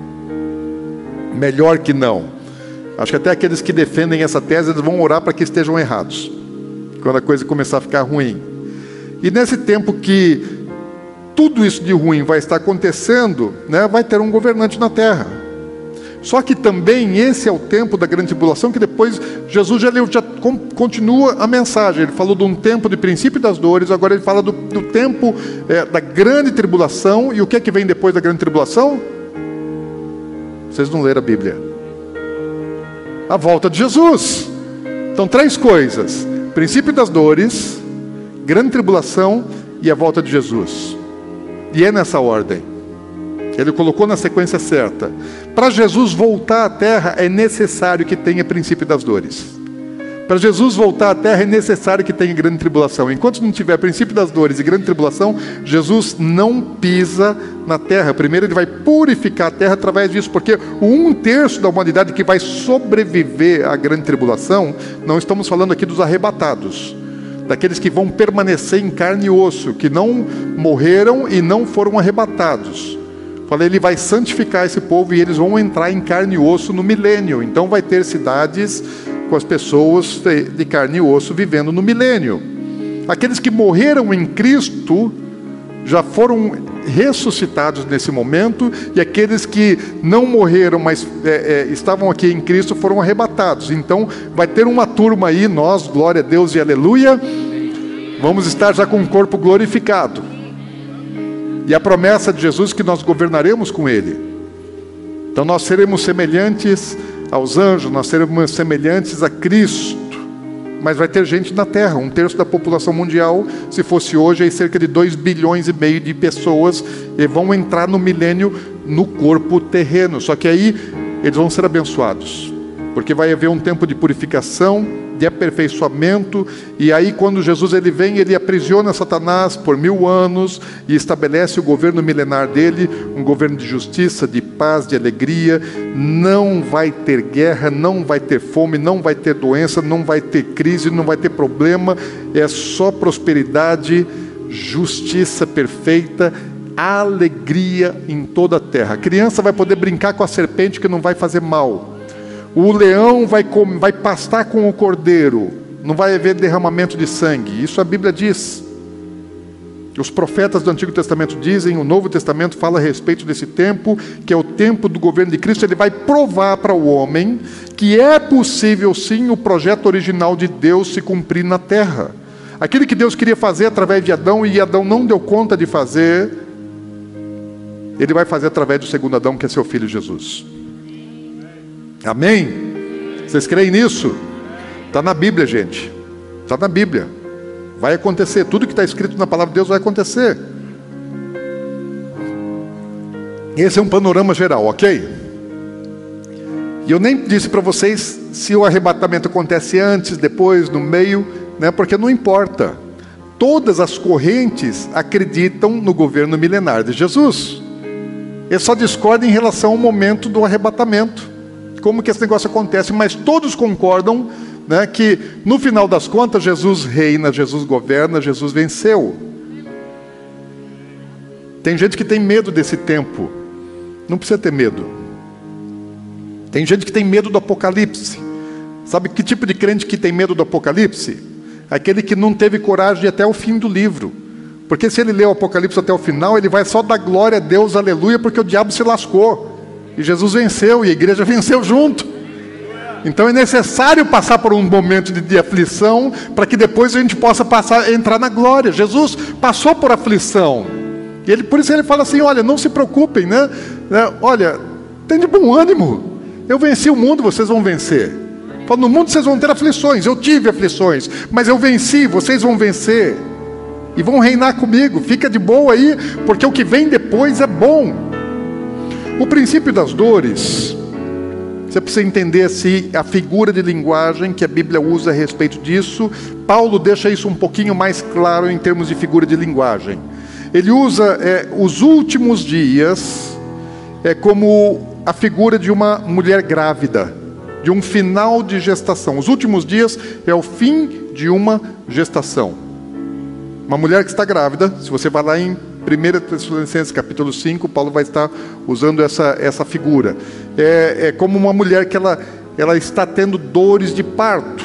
Melhor que não. Acho que até aqueles que defendem essa tese, eles vão orar para que estejam errados, quando a coisa começar a ficar ruim. E nesse tempo que tudo isso de ruim vai estar acontecendo, né, vai ter um governante na terra. Só que também esse é o tempo da grande tribulação, que depois Jesus já, já continua a mensagem. Ele falou de um tempo de princípio das dores, agora ele fala do, do tempo é, da grande tribulação. E o que é que vem depois da grande tribulação? Vocês não leram a Bíblia. A volta de Jesus. Então, três coisas: princípio das dores, grande tribulação e a volta de Jesus. E é nessa ordem. Ele colocou na sequência certa. Para Jesus voltar à terra, é necessário que tenha princípio das dores. Para Jesus voltar à terra, é necessário que tenha grande tribulação. Enquanto não tiver princípio das dores e grande tribulação, Jesus não pisa na terra. Primeiro ele vai purificar a terra através disso, porque o um terço da humanidade que vai sobreviver à grande tribulação, não estamos falando aqui dos arrebatados, daqueles que vão permanecer em carne e osso, que não morreram e não foram arrebatados. Falei, ele vai santificar esse povo e eles vão entrar em carne e osso no milênio. Então vai ter cidades com as pessoas de carne e osso vivendo no milênio. Aqueles que morreram em Cristo já foram ressuscitados nesse momento, e aqueles que não morreram, mas é, é, estavam aqui em Cristo, foram arrebatados. Então vai ter uma turma aí, nós, glória a Deus e aleluia, vamos estar já com o corpo glorificado. E a promessa de Jesus é que nós governaremos com Ele. Então nós seremos semelhantes aos anjos, nós seremos semelhantes a Cristo. Mas vai ter gente na Terra, um terço da população mundial, se fosse hoje, aí cerca de dois bilhões e meio de pessoas, e vão entrar no milênio no corpo terreno. Só que aí eles vão ser abençoados, porque vai haver um tempo de purificação, de aperfeiçoamento, e aí quando Jesus ele vem, ele aprisiona Satanás por mil anos e estabelece o governo milenar dele, um governo de justiça, de paz, de alegria. Não vai ter guerra, não vai ter fome, não vai ter doença, não vai ter crise, não vai ter problema, é só prosperidade, justiça perfeita, alegria em toda a terra. A criança vai poder brincar com a serpente, que não vai fazer mal. O leão vai, comer, vai pastar com o cordeiro, não vai haver derramamento de sangue. Isso a Bíblia diz. Os profetas do Antigo Testamento dizem, o Novo Testamento fala a respeito desse tempo, que é o tempo do governo de Cristo. Ele vai provar para o homem que é possível sim o projeto original de Deus se cumprir na terra. Aquilo que Deus queria fazer através de Adão, e Adão não deu conta de fazer, Ele vai fazer através do segundo Adão, que é seu filho Jesus. Amém? Vocês creem nisso? Está na Bíblia, gente. Está na Bíblia. Vai acontecer. Tudo que está escrito na palavra de Deus vai acontecer. Esse é um panorama geral, ok? E eu nem disse para vocês se o arrebatamento acontece antes, depois, no meio, né? Porque não importa. Todas as correntes acreditam no governo milenar de Jesus. Eles só discordam em relação ao momento do arrebatamento, como que esse negócio acontece, mas todos concordam, né, que no final das contas Jesus reina, Jesus governa, Jesus venceu. Tem gente que tem medo desse tempo. Não precisa ter medo. Tem gente que tem medo do Apocalipse. Sabe que tipo de crente que tem medo do Apocalipse? Aquele que não teve coragem de ir até o fim do livro. Porque se ele ler o Apocalipse até o final, ele vai só dar glória a Deus, aleluia, porque o diabo se lascou. E Jesus venceu, e a igreja venceu junto. Então é necessário passar por um momento de, de aflição para que depois a gente possa passar, entrar na glória. Jesus passou por aflição. E ele, por isso ele fala assim, olha, não se preocupem, né? Olha, tem de bom ânimo. Eu venci o mundo, vocês vão vencer. Fala, no mundo vocês vão ter aflições. Eu tive aflições, mas eu venci, vocês vão vencer. E vão reinar comigo. Fica de boa aí, porque o que vem depois é bom. O princípio das dores, você precisa entender assim, a figura de linguagem que a Bíblia usa a respeito disso. Paulo deixa isso um pouquinho mais claro em termos de figura de linguagem. Ele usa é, os últimos dias é, como a figura de uma mulher grávida, de um final de gestação. Os últimos dias é o fim de uma gestação. Uma mulher que está grávida, se você vai lá em primeira Tessalonicenses capítulo cinco, Paulo vai estar usando essa, essa figura. É, é como uma mulher que ela, ela está tendo dores de parto.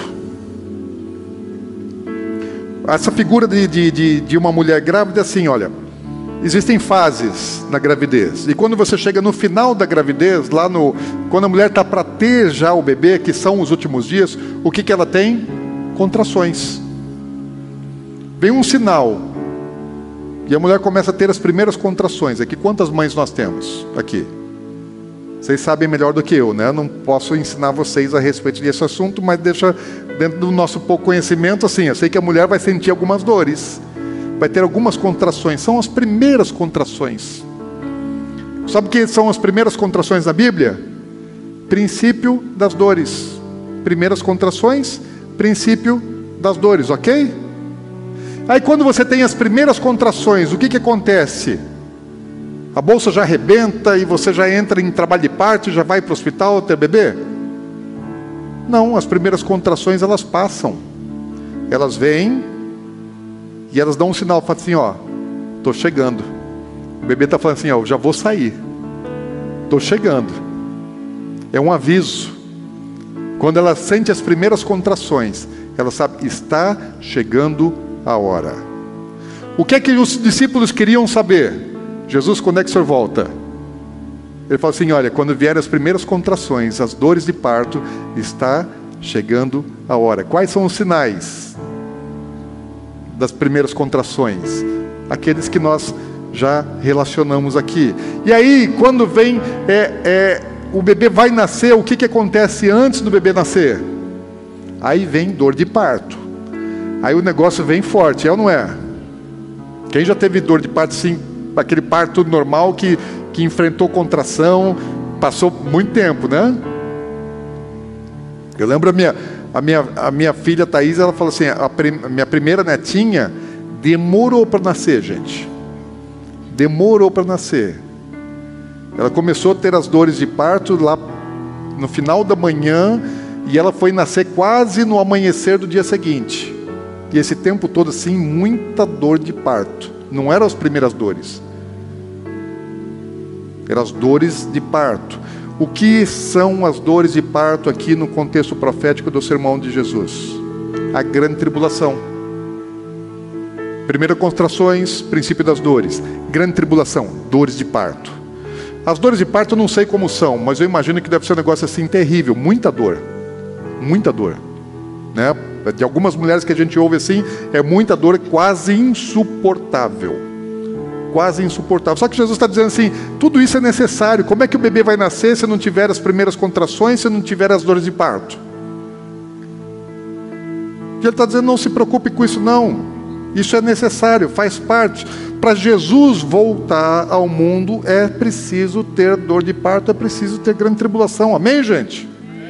Essa figura de, de, de, de uma mulher grávida é assim, olha, existem fases na gravidez. E quando você chega no final da gravidez, lá no, quando a mulher está para ter já o bebê, que são os últimos dias, o que, que ela tem? Contrações. Vem um sinal. E a mulher começa a ter as primeiras contrações. Aqui, quantas mães nós temos? Aqui. Vocês sabem melhor do que eu, né? Não posso ensinar vocês a respeito desse assunto, mas deixa dentro do nosso pouco conhecimento, assim, eu sei que a mulher vai sentir algumas dores. Vai ter algumas contrações. São as primeiras contrações. Sabe o que são as primeiras contrações na Bíblia? Princípio das dores. Primeiras contrações, princípio das dores, ok? Aí quando você tem as primeiras contrações, o que que acontece? A bolsa já arrebenta e você já entra em trabalho de parto e já vai para o hospital ter bebê? Não, as primeiras contrações elas passam. Elas vêm e elas dão um sinal, falam assim, ó, estou chegando. O bebê está falando assim, ó, já vou sair. Estou chegando. É um aviso. Quando ela sente as primeiras contrações, ela sabe, está chegando a hora. O que é que os discípulos queriam saber? Jesus, quando é que o senhor volta? Ele fala assim, olha, quando vierem as primeiras contrações, as dores de parto, está chegando a hora. Quais são os sinais das primeiras contrações? Aqueles que nós já relacionamos aqui. E aí, quando vem, é, é, o bebê vai nascer, o que, que acontece antes do bebê nascer? Aí vem dor de parto. Aí o negócio vem forte, é ou não é? Quem já teve dor de parto, sim, aquele parto normal que, que enfrentou contração, passou muito tempo, né? Eu lembro a minha, a minha, a minha filha Thaís, ela falou assim, a, prim, a minha primeira netinha demorou para nascer, gente. Demorou para nascer. Ela começou a ter as dores de parto lá no final da manhã e ela foi nascer quase no amanhecer do dia seguinte. E esse tempo todo, assim, muita dor de parto. Não eram as primeiras dores. Eram as dores de parto. O que são as dores de parto aqui no contexto profético do sermão de Jesus? A grande tribulação. Primeira contrações, princípio das dores. Grande tribulação, dores de parto. As dores de parto eu não sei como são, mas eu imagino que deve ser um negócio assim terrível. Muita dor. Muita dor. Né? De algumas mulheres que a gente ouve assim, é muita dor, quase insuportável. Quase insuportável. Só que Jesus está dizendo assim, tudo isso é necessário. Como é que o bebê vai nascer se não tiver as primeiras contrações, se não tiver as dores de parto? E ele está dizendo, não se preocupe com isso não. Isso é necessário, faz parte. Para Jesus voltar ao mundo, é preciso ter dor de parto, é preciso ter grande tribulação. Amém, gente?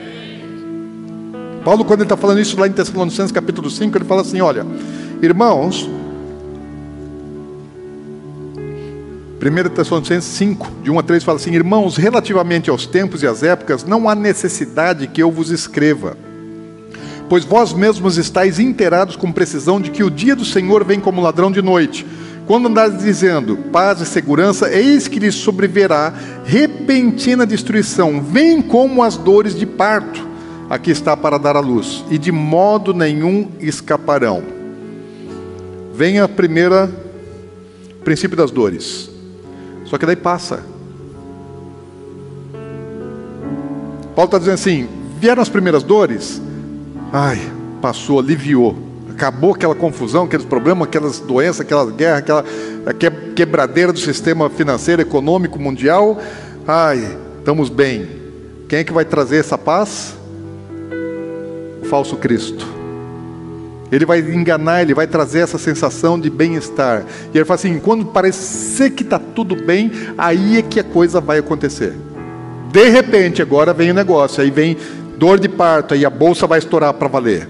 Paulo, quando ele está falando isso lá em Tessalonicenses capítulo cinco, ele fala assim, olha, irmãos, primeira Tessalonicenses cinco, de um a três, fala assim, irmãos, relativamente aos tempos e às épocas, não há necessidade que eu vos escreva, pois vós mesmos estáis inteirados com precisão de que o dia do Senhor vem como ladrão de noite. Quando andares dizendo paz e segurança, eis que lhes sobrevirá repentina destruição, vem como as dores de parto. Aqui está para dar à luz, e de modo nenhum escaparão. Vem a primeira, princípio das dores. Só que daí passa. Paulo está dizendo assim, Vieram as primeiras dores, ai, passou, aliviou. Acabou aquela confusão, aqueles problemas, aquelas doenças, aquelas guerras, aquela quebradeira do sistema financeiro, econômico, mundial. Ai, estamos bem. Quem é que vai trazer essa paz? O falso Cristo. Ele vai enganar, ele vai trazer essa sensação de bem-estar. E ele fala assim, quando parecer que está tudo bem, aí é que a coisa vai acontecer. De repente, agora vem o negócio, aí vem dor de parto, aí a bolsa vai estourar para valer.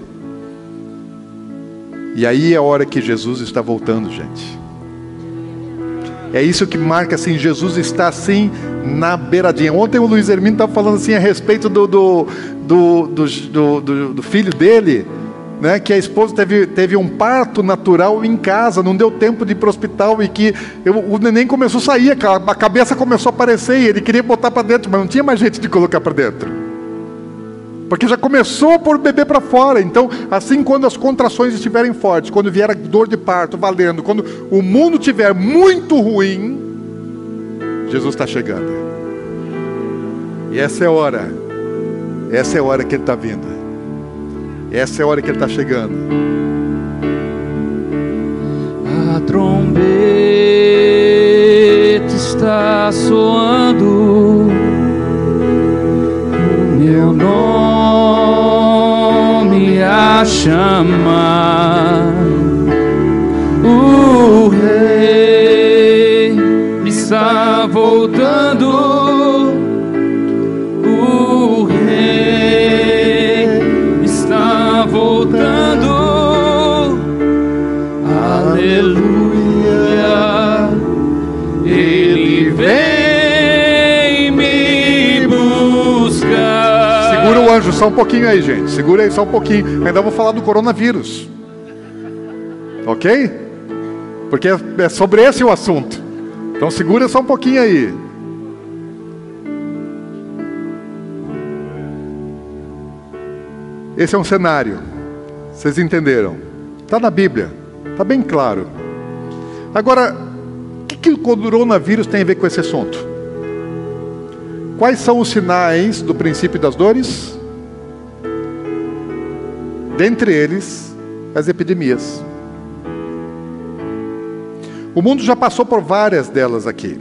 E aí é a hora que Jesus está voltando, gente. É isso que marca assim, Jesus está assim na beiradinha. Ontem o Luiz Hermino estava falando assim a respeito do, do, do, do, do, do filho dele, né, que a esposa teve, teve um parto natural em casa, não deu tempo de ir para o hospital, e que eu, o neném começou a sair, a cabeça começou a aparecer, e ele queria botar para dentro, mas não tinha mais jeito de colocar para dentro, porque já começou a pôr o bebê para fora. Então, assim, quando as contrações estiverem fortes, quando vier a dor de parto valendo, quando o mundo estiver muito ruim, Jesus está chegando. E essa é a hora, essa é a hora que Ele está vindo. Essa é a hora que Ele está chegando. A trombeta está soando, o meu nome a chamar. O Rei está voltando. O Rei está voltando. Aleluia. Ele vem me buscar. Segura o anjo só um pouquinho aí, gente. Segura aí só um pouquinho. Ainda vou falar do coronavírus. Ok? Porque é sobre esse o assunto. Então segura só um pouquinho aí. Esse é um cenário. Vocês entenderam? Está na Bíblia. Está bem claro. Agora, o que, que o coronavírus tem a ver com esse assunto? Quais são os sinais do princípio das dores? Dentre eles, as epidemias. O mundo já passou por várias delas aqui.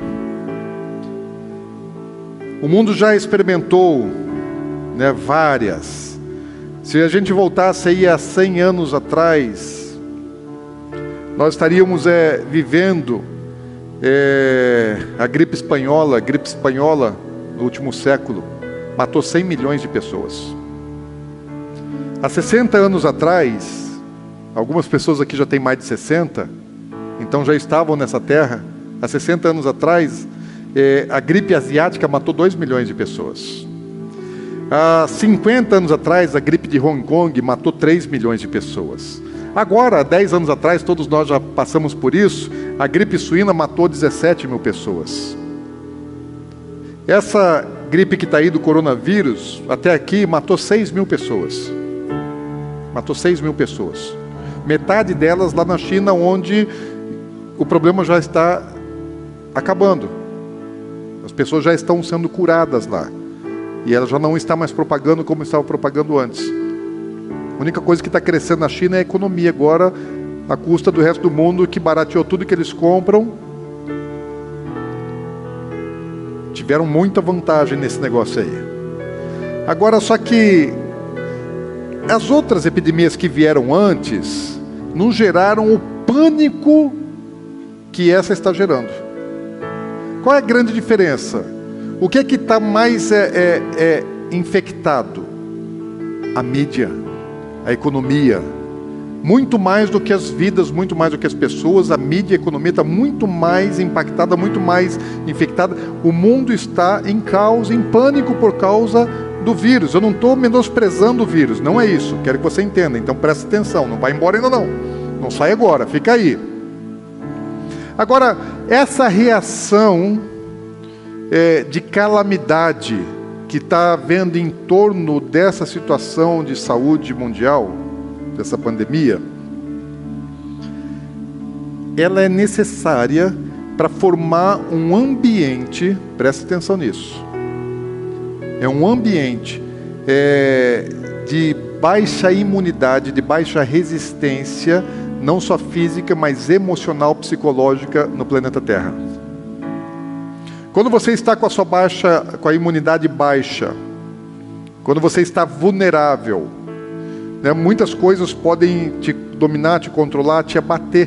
O mundo já experimentou, né, várias. Se a gente voltasse aí a cem anos atrás, nós estaríamos é, vivendo é, a gripe espanhola. A gripe espanhola, no último século, matou cem milhões de pessoas. Há sessenta anos atrás, algumas pessoas aqui já têm mais de sessenta, então já estavam nessa terra. Há sessenta anos atrás, é, a gripe asiática matou dois milhões de pessoas. Há cinquenta anos atrás, a gripe de Hong Kong matou três milhões de pessoas. Agora, há dez anos atrás, todos nós já passamos por isso, a gripe suína matou dezessete mil pessoas. Essa gripe que está aí do coronavírus, até aqui, matou seis mil pessoas. Matou seis mil pessoas. Metade delas lá na China, onde o problema já está acabando. As pessoas já estão sendo curadas lá. E ela já não está mais propagando como estava propagando antes. A única coisa que está crescendo na China é a economia agora, à custa do resto do mundo, que barateou tudo que eles compram. Tiveram muita vantagem nesse negócio aí. Agora, só que as outras epidemias que vieram antes não geraram o pânico que essa está gerando. Qual é a grande diferença? O que é que está mais é, é, é infectado? A mídia, a economia. Muito mais do que as vidas, muito mais do que as pessoas, a mídia e a economia está muito mais impactada, muito mais infectada. O mundo está em caos, em pânico por causa do vírus. Eu não estou menosprezando o vírus, não é isso. Quero que você entenda, então preste atenção. Não vai embora ainda não. Não sai agora, fica aí. Agora, essa reação é, de calamidade que está havendo em torno dessa situação de saúde mundial, dessa pandemia, ela é necessária para formar um ambiente, preste atenção nisso, é um ambiente é, de baixa imunidade, de baixa resistência, não só física, mas emocional, psicológica no planeta Terra. Quando você está com a sua baixa, com a imunidade baixa, quando você está vulnerável, né, muitas coisas podem te dominar, te controlar, te abater.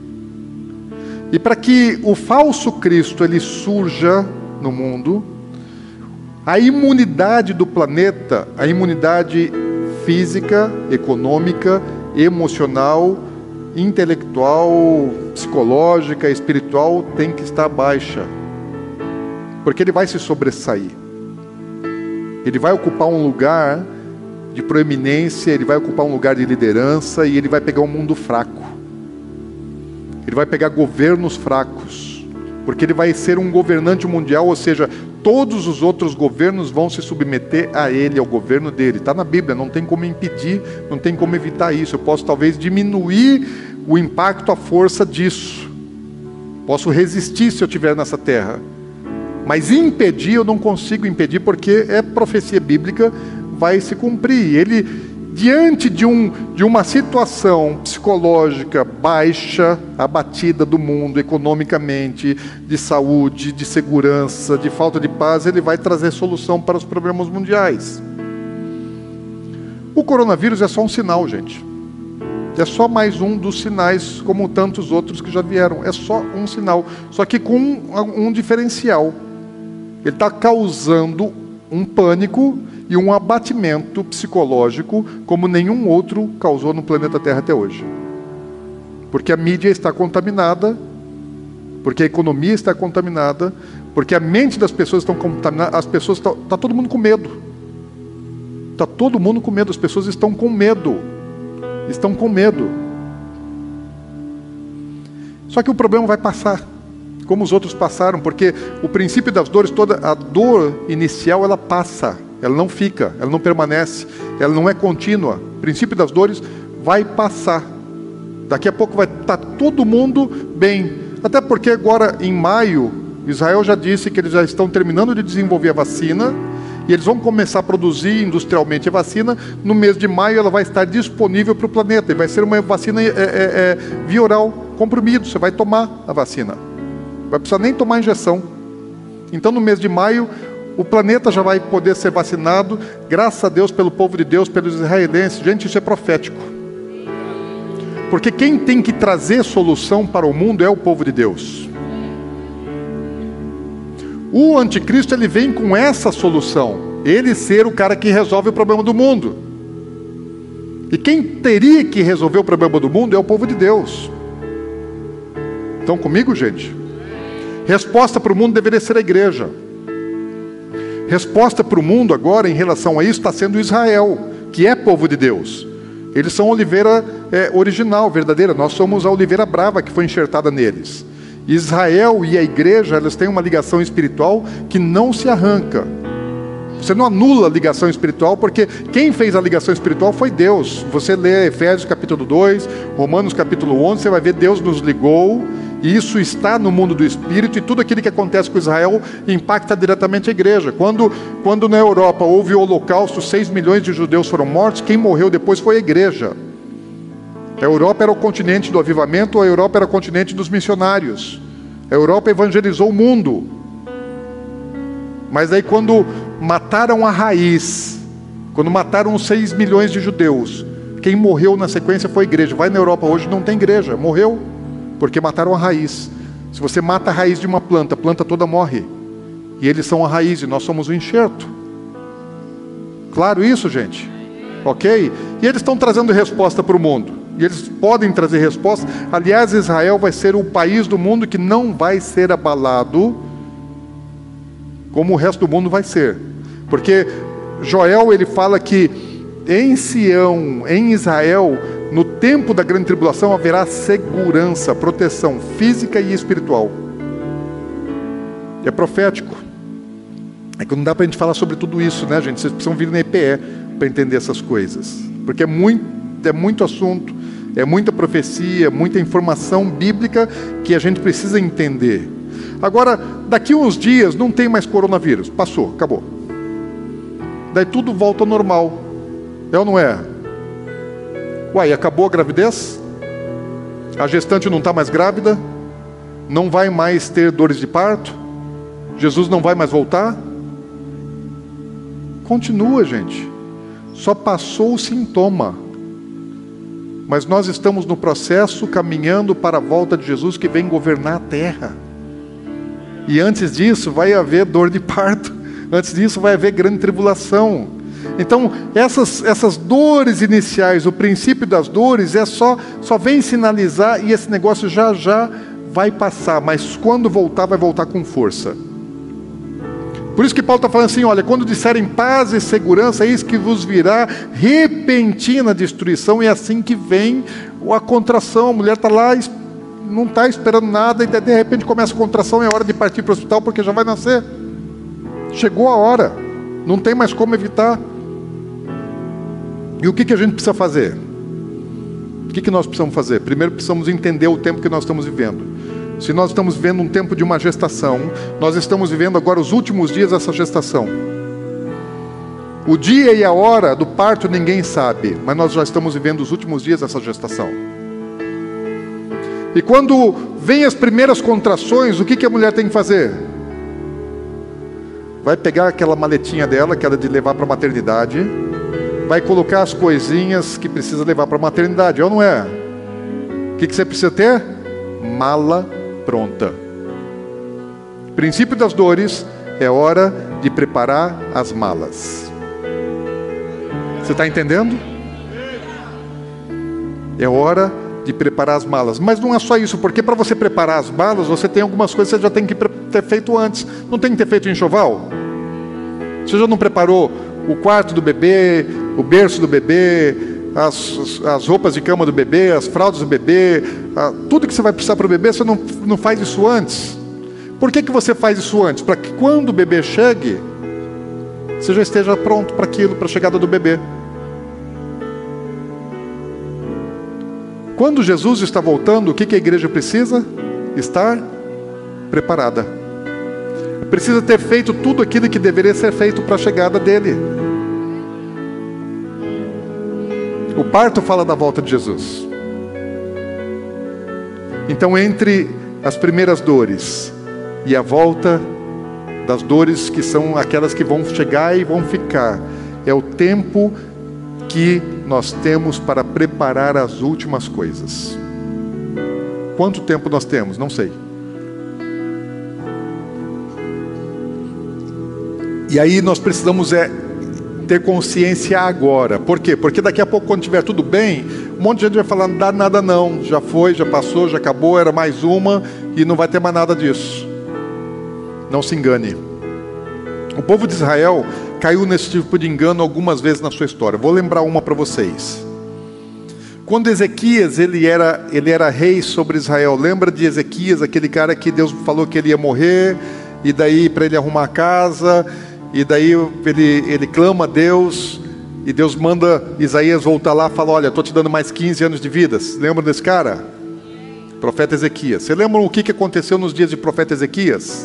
E para que o falso Cristo ele surja no mundo, a imunidade do planeta, a imunidade física, econômica, emocional, intelectual, psicológica, espiritual, tem que estar baixa. Porque ele vai se sobressair. Ele vai ocupar um lugar de proeminência, ele vai ocupar um lugar de liderança e ele vai pegar um mundo fraco. Ele vai pegar governos fracos. Porque ele vai ser um governante mundial, ou seja, todos os outros governos vão se submeter a ele, ao governo dele. Está na Bíblia, não tem como impedir, não tem como evitar isso. Eu posso talvez diminuir o impacto, a força disso. Posso resistir se eu estiver nessa terra. Mas impedir eu não consigo impedir, porque é profecia bíblica, vai se cumprir. Ele, diante de, um, de uma situação psicológica baixa, abatida do mundo, economicamente, de saúde, de segurança, de falta de paz, ele vai trazer solução para os problemas mundiais. O coronavírus é só um sinal, gente. É só mais um dos sinais, como tantos outros que já vieram. É só um sinal, só que com um, um diferencial. Ele está causando um pânico e um abatimento psicológico como nenhum outro causou no planeta Terra até hoje. Porque a mídia está contaminada, porque a economia está contaminada, porque a mente das pessoas está contaminada, as pessoas está, está todo mundo com medo. Está todo mundo com medo, as pessoas estão com medo. Estão com medo. Só que o problema vai passar, como os outros passaram, porque o princípio das dores, toda a dor inicial, ela passa, ela não fica, ela não permanece, ela não é contínua. O princípio das dores vai passar. Daqui a pouco vai estar todo mundo bem. Até porque agora, em maio, Israel já disse que eles já estão terminando de desenvolver a vacina, e eles vão começar a produzir industrialmente a vacina. No mês de maio ela vai estar disponível para o planeta, e vai ser uma vacina é, é, é, via oral, comprimido, você vai tomar a vacina. Não vai precisar nem tomar injeção. Então no mês de maio o planeta já vai poder ser vacinado, graças a Deus, pelo povo de Deus, pelos israelenses. Gente, isso é profético. Porque quem tem que trazer solução para o mundo é o povo de Deus. O anticristo, ele vem com essa solução. Ele ser o cara que resolve o problema do mundo. E quem teria que resolver o problema do mundo é o povo de Deus. Estão comigo, gente? Resposta para o mundo deveria ser a igreja. Resposta para o mundo agora, em relação a isso, está sendo Israel, que é povo de Deus. Eles são a oliveira é, original, verdadeira. Nós somos a oliveira brava que foi enxertada neles. Israel e a igreja, elas têm uma ligação espiritual que não se arranca. Você não anula a ligação espiritual, porque quem fez a ligação espiritual foi Deus. Você lê Efésios capítulo dois, Romanos capítulo onze, você vai ver Deus nos ligou, e isso está no mundo do espírito, e tudo aquilo que acontece com Israel impacta diretamente a igreja. Quando, quando na Europa houve o holocausto, seis milhões de judeus foram mortos, quem morreu depois foi a igreja. A Europa era o continente do avivamento, a Europa era o continente dos missionários. A Europa evangelizou o mundo. Mas aí quando mataram a raiz, quando mataram os seis milhões de judeus, quem morreu na sequência foi a igreja. Vai na Europa hoje, não tem igreja, morreu, porque mataram a raiz. Se você mata a raiz de uma planta, a planta toda morre. E eles são a raiz e nós somos o enxerto. Claro isso, gente? Ok? E eles estão trazendo resposta para o mundo. E eles podem trazer resposta. Aliás, Israel vai ser o país do mundo que não vai ser abalado como o resto do mundo vai ser. Porque Joel, ele fala que em Sião, em Israel, no tempo da grande tribulação haverá segurança, proteção física e espiritual. É profético. É que não dá para a gente falar sobre tudo isso, né, gente? Vocês precisam vir na E P E para entender essas coisas. Porque é muito, é muito assunto, é muita profecia, muita informação bíblica que a gente precisa entender. Agora, daqui uns dias não tem mais coronavírus. Passou, acabou. daí tudo volta ao normal. É ou não é? Uai, acabou a gravidez? A gestante não está mais grávida? Não vai mais ter dores de parto? Jesus não vai mais voltar? Continua, gente. Só passou o sintoma. Mas nós estamos no processo caminhando para a volta de Jesus, que vem governar a terra. E antes disso vai haver dor de parto. Antes disso vai haver grande tribulação. Então, essas, essas dores iniciais, o princípio das dores, é só, só vem sinalizar, e esse negócio já já vai passar. Mas quando voltar, vai voltar com força. Por isso que Paulo está falando assim, olha, quando disserem paz e segurança, eis que vos virá repentina destruição, e é assim que vem a contração. A mulher está lá, não está esperando nada, e de repente começa a contração, é hora de partir para o hospital, porque já vai nascer. Chegou a hora, não tem mais como evitar. E o que, que a gente precisa fazer? O que, que nós precisamos fazer? Primeiro precisamos entender o tempo que nós estamos vivendo. Se nós estamos vivendo um tempo de uma gestação, nós estamos vivendo agora os últimos dias dessa gestação. O dia e a hora do parto ninguém sabe, mas nós já estamos vivendo os últimos dias dessa gestação. E quando vem as primeiras contrações, o que, que a mulher tem que fazer? Vai pegar aquela maletinha dela, que era de levar para a maternidade, vai colocar as coisinhas que precisa levar para a maternidade, ou não é? O que, que você precisa ter? Mala pronta. Princípio das dores, é hora de preparar as malas. Você está entendendo? É hora de preparar as malas. Mas não é só isso, porque para você preparar as malas, você tem algumas coisas que você já tem que ter feito antes. Não tem que ter feito enxoval? Você já não preparou o quarto do bebê, o berço do bebê, As, as roupas de cama do bebê, as fraldas do bebê, a, tudo que você vai precisar para o bebê, você não, não faz isso antes? Por que, que você faz isso antes? Para que quando o bebê chegue, você já esteja pronto para aquilo, para a chegada do bebê. Quando Jesus está voltando, o que, que a igreja precisa? Estar preparada. Precisa ter feito tudo aquilo que deveria ser feito para a chegada dele. O parto fala da volta de Jesus. Então, entre as primeiras dores e a volta das dores, que são aquelas que vão chegar e vão ficar, é o tempo que nós temos para preparar as últimas coisas. Quanto tempo nós temos? Não sei. E aí nós precisamos é ter consciência agora. Por quê? Porque daqui a pouco, quando estiver tudo bem, um monte de gente vai falar, não dá nada não, já foi, já passou, já acabou, era mais uma, e não vai ter mais nada disso. Não se engane. O povo de Israel caiu nesse tipo de engano algumas vezes na sua história. Vou lembrar uma para vocês. Quando Ezequias, ele era, ele era rei sobre Israel, lembra de Ezequias, aquele cara que Deus falou que ele ia morrer, e daí para ele arrumar a casa, e daí ele, ele clama a Deus, e Deus manda Isaías voltar lá e fala, olha, estou te dando mais quinze anos de vida. Lembra desse cara? Profeta Ezequias. Você lembra o que que aconteceu nos dias de profeta Ezequias?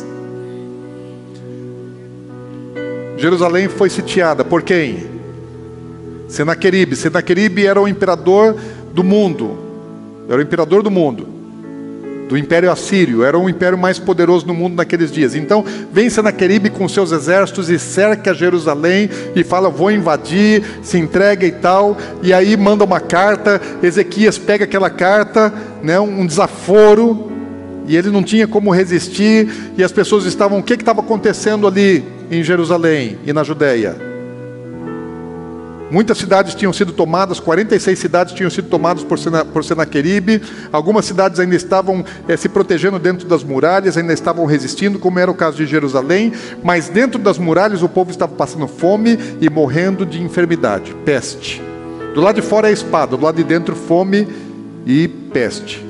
Jerusalém foi sitiada por quem? Senaqueribe. Senaqueribe era o imperador do mundo. Era o imperador do mundo. Do Império Assírio. Era o império mais poderoso no mundo naqueles dias. Então, vem Senaqueribe com seus exércitos e cerca Jerusalém e fala, vou invadir, se entrega e tal. E aí manda uma carta. Ezequias pega aquela carta, né, um desaforo, e ele não tinha como resistir. E as pessoas estavam, o que estava acontecendo ali em Jerusalém e na Judéia? Muitas cidades tinham sido tomadas, quarenta e seis cidades tinham sido tomadas por, Sena, por Senaqueribe. Algumas cidades ainda estavam é, se protegendo dentro das muralhas, ainda estavam resistindo, como era o caso de Jerusalém. Mas dentro das muralhas o povo estava passando fome e morrendo de enfermidade, peste. Do lado de fora é a espada, do lado de dentro fome e peste.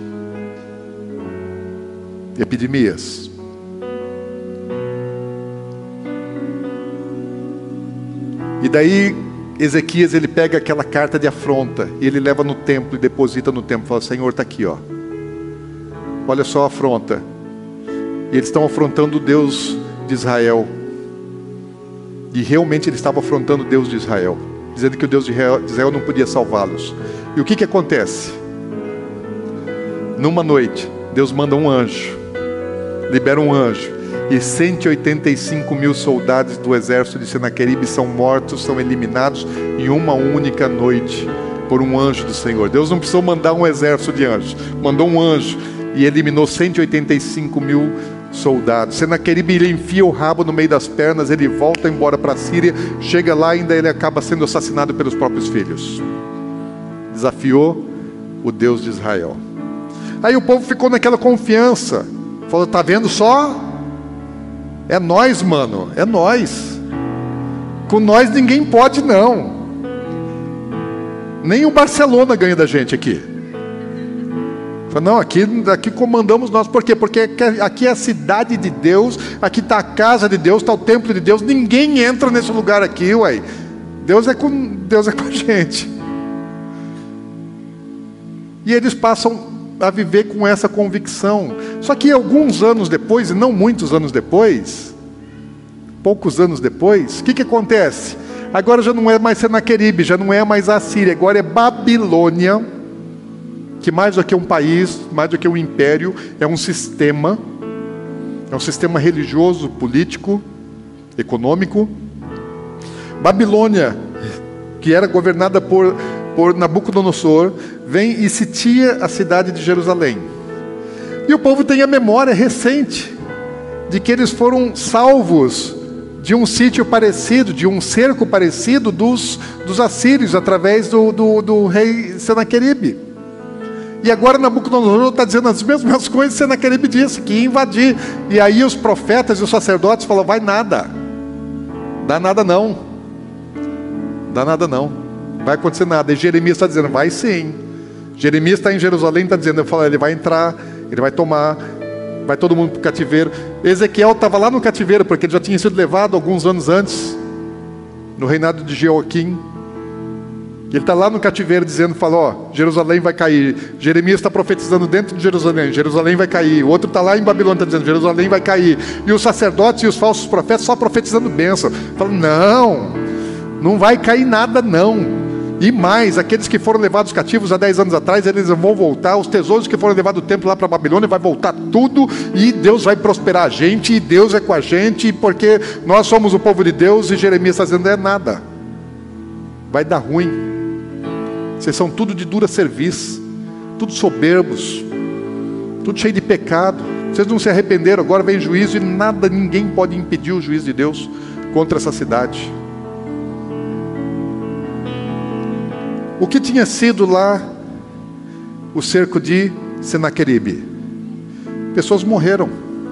Epidemias. E daí Ezequias, ele pega aquela carta de afronta e ele leva no templo e deposita no templo. Fala, Senhor, está aqui, ó. Olha só a afronta. E eles estão afrontando o Deus de Israel. E realmente ele estava afrontando o Deus de Israel, dizendo que o Deus de Israel não podia salvá-los. E o que que acontece? Numa noite, Deus manda um anjo, libera um anjo, e cento e oitenta e cinco mil soldados do exército de Senaqueribe são mortos, são eliminados em uma única noite, por um anjo do Senhor. Deus não precisou mandar um exército de anjos, mandou um anjo, e eliminou cento e oitenta e cinco mil soldados. Senaqueribe, ele enfia o rabo no meio das pernas, ele volta embora para a Síria, chega lá, ainda ele acaba sendo assassinado pelos próprios filhos. Desafiou o Deus de Israel. Aí o povo ficou naquela confiança, falou: tá vendo só? É nós, mano, é nós. Com nós ninguém pode não. Nem o Barcelona ganha da gente aqui. Falei: não, aqui, aqui comandamos nós. Por quê? Porque aqui é a cidade de Deus, aqui está a casa de Deus, está o templo de Deus. Ninguém entra nesse lugar aqui, uai. Deus é com, Deus é com a gente. E eles passam a viver com essa convicção. Só que alguns anos depois, e não muitos anos depois, poucos anos depois, o que que acontece? Agora já não é mais Senaqueribe, já não é mais a Síria, agora é Babilônia, que mais do que um país, mais do que um império, é um sistema, é um sistema religioso, político, econômico. Babilônia, que era governada por, por Nabucodonosor, vem e sitia a cidade de Jerusalém. E o povo tem a memória recente de que eles foram salvos de um sítio parecido, de um cerco parecido dos, dos assírios, através do, do, do rei Senaqueribe. E agora Nabucodonosor está dizendo as mesmas coisas que Senaqueribe disse, que ia invadir. E aí os profetas e os sacerdotes falam: vai nada, dá nada não, dá nada não, vai acontecer nada. E Jeremias está dizendo: vai sim. Jeremias está em Jerusalém, está dizendo, eu falo, ele vai entrar, ele vai tomar, vai todo mundo para o cativeiro. Ezequiel estava lá no cativeiro, porque ele já tinha sido levado alguns anos antes, no reinado de Jeoaquim. Ele está lá no cativeiro dizendo, fala, ó, Jerusalém vai cair. Jeremias está profetizando dentro de Jerusalém, Jerusalém vai cair. O outro está lá em Babilônia, está dizendo, Jerusalém vai cair. E os sacerdotes e os falsos profetas só profetizando bênção. Fala, não, não vai cair nada não. E mais, aqueles que foram levados cativos há dez anos atrás, eles vão voltar. Os tesouros que foram levados do templo lá para a Babilônia, vai voltar tudo. E Deus vai prosperar a gente, e Deus é com a gente, porque nós somos o povo de Deus. E Jeremias está dizendo, é nada, vai dar ruim. Vocês são tudo de dura serviço, tudo soberbos, tudo cheio de pecado. Vocês não se arrependeram, agora vem juízo. E nada, ninguém pode impedir o juízo de Deus contra essa cidade. O que tinha sido lá o cerco de Senaqueribe? Pessoas morreram.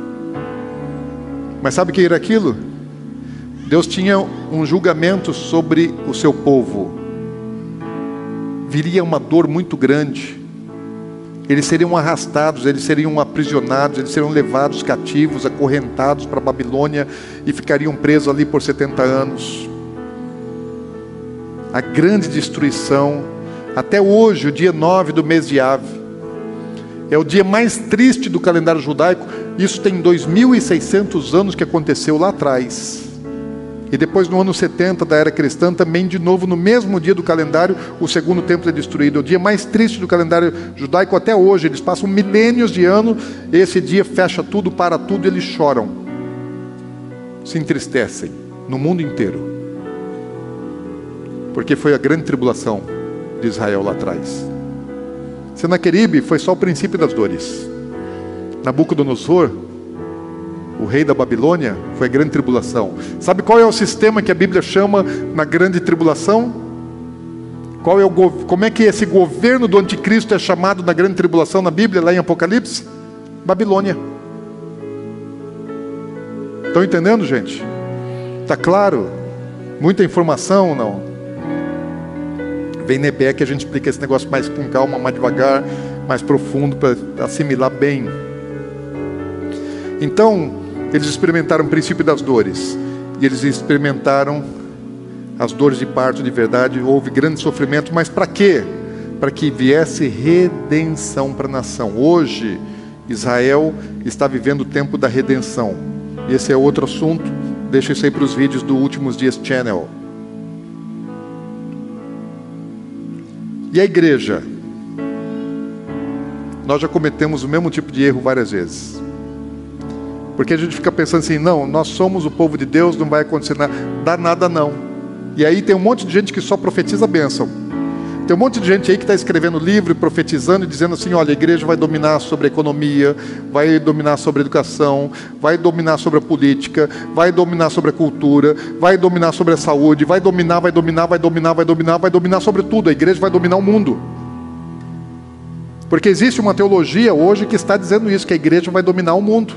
Mas sabe o que era aquilo? Deus tinha um julgamento sobre o seu povo. Viria uma dor muito grande. Eles seriam arrastados, eles seriam aprisionados, eles seriam levados cativos, acorrentados para a Babilônia e ficariam presos ali por setenta anos. A grande destruição, até hoje, o dia nove do mês de Av, é o dia mais triste do calendário judaico. Isso tem dois mil e seiscentos anos que aconteceu lá atrás. E depois, no ano setenta da era cristã, também de novo no mesmo dia do calendário, o segundo templo é destruído. É o dia mais triste do calendário judaico até hoje. Eles passam milênios de ano, esse dia fecha tudo, para tudo, eles choram, se entristecem no mundo inteiro. Porque foi a grande tribulação de Israel lá atrás. Senaqueribe foi só o princípio das dores. Nabucodonosor, o rei da Babilônia, foi a grande tribulação. Sabe qual é o sistema que a Bíblia chama na grande tribulação? Qual é o gov... Como é que esse governo do anticristo é chamado na grande tribulação na Bíblia, lá em Apocalipse? Babilônia. Estão entendendo, gente? Está claro? Muita informação ou não? Vem Nebeque, a gente explica esse negócio mais com calma, mais devagar, mais profundo, para assimilar bem. Então, eles experimentaram o princípio das dores, e eles experimentaram as dores de parto de verdade. Houve grande sofrimento, mas para quê? Para que viesse redenção para a nação. Hoje, Israel está vivendo o tempo da redenção. Esse é outro assunto Deixa isso aí para os vídeos do Últimos Dias Channel. E a igreja? Nós já cometemos o mesmo tipo de erro várias vezes. Porque a gente fica pensando assim, não, nós somos o povo de Deus, não vai acontecer nada. Dá nada não. E aí tem um monte de gente que só profetiza a bênção. Tem um monte de gente aí que está escrevendo livro, profetizando e dizendo assim, olha, a igreja vai dominar sobre a economia, vai dominar sobre a educação, vai dominar sobre a política, vai dominar sobre a cultura, vai dominar sobre a saúde, vai dominar, vai dominar, vai dominar, vai dominar, vai dominar sobre tudo. A igreja vai dominar o mundo. Porque existe uma teologia hoje que está dizendo isso, que a igreja vai dominar o mundo.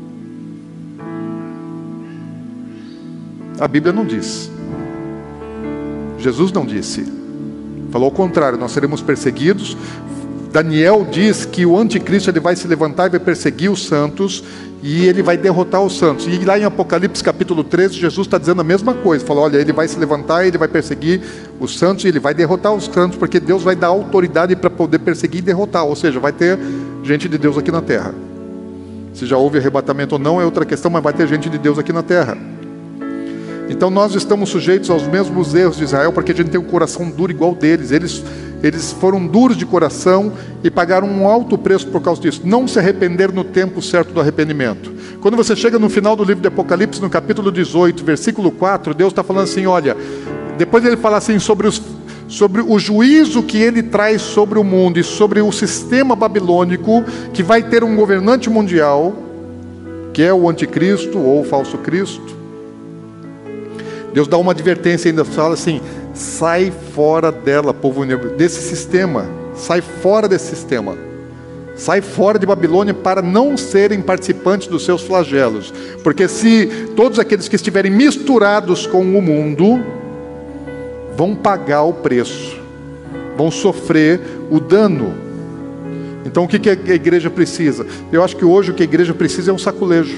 A Bíblia não diz. Jesus não disse. Falou ao contrário, nós seremos perseguidos. Daniel diz que o anticristo ele vai se levantar e vai perseguir os santos, e ele vai derrotar os santos. E lá em Apocalipse capítulo treze, Jesus está dizendo a mesma coisa. Falou, olha, ele vai se levantar, ele vai perseguir os santos, e ele vai derrotar os santos, porque Deus vai dar autoridade para poder perseguir e derrotar. Ou seja, vai ter gente de Deus aqui na terra. Se já houve arrebatamento ou não é outra questão, mas vai ter gente de Deus aqui na terra. Então nós estamos sujeitos aos mesmos erros de Israel, porque a gente tem um coração duro igual deles. Eles, eles foram duros de coração e pagaram um alto preço por causa disso. Não se arrepender no tempo certo do arrependimento. Quando você chega no final do livro de Apocalipse, no capítulo dezoito, versículo quatro, Deus está falando assim, olha, depois ele fala assim sobre, os, sobre o juízo que ele traz sobre o mundo e sobre o sistema babilônico, que vai ter um governante mundial, que é o anticristo ou o falso Cristo. Deus dá uma advertência ainda, fala assim, sai fora dela, povo, desse sistema, sai fora desse sistema, sai fora de Babilônia para não serem participantes dos seus flagelos, porque se todos aqueles que estiverem misturados com o mundo, vão pagar o preço, vão sofrer o dano. Então o que a igreja precisa? Eu acho que hoje o que a igreja precisa é um saculejo.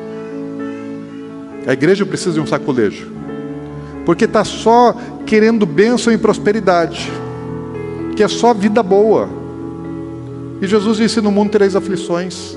A igreja precisa de um saculejo. Porque está só querendo bênção e prosperidade, que é só vida boa. E Jesus disse, no mundo tereis aflições.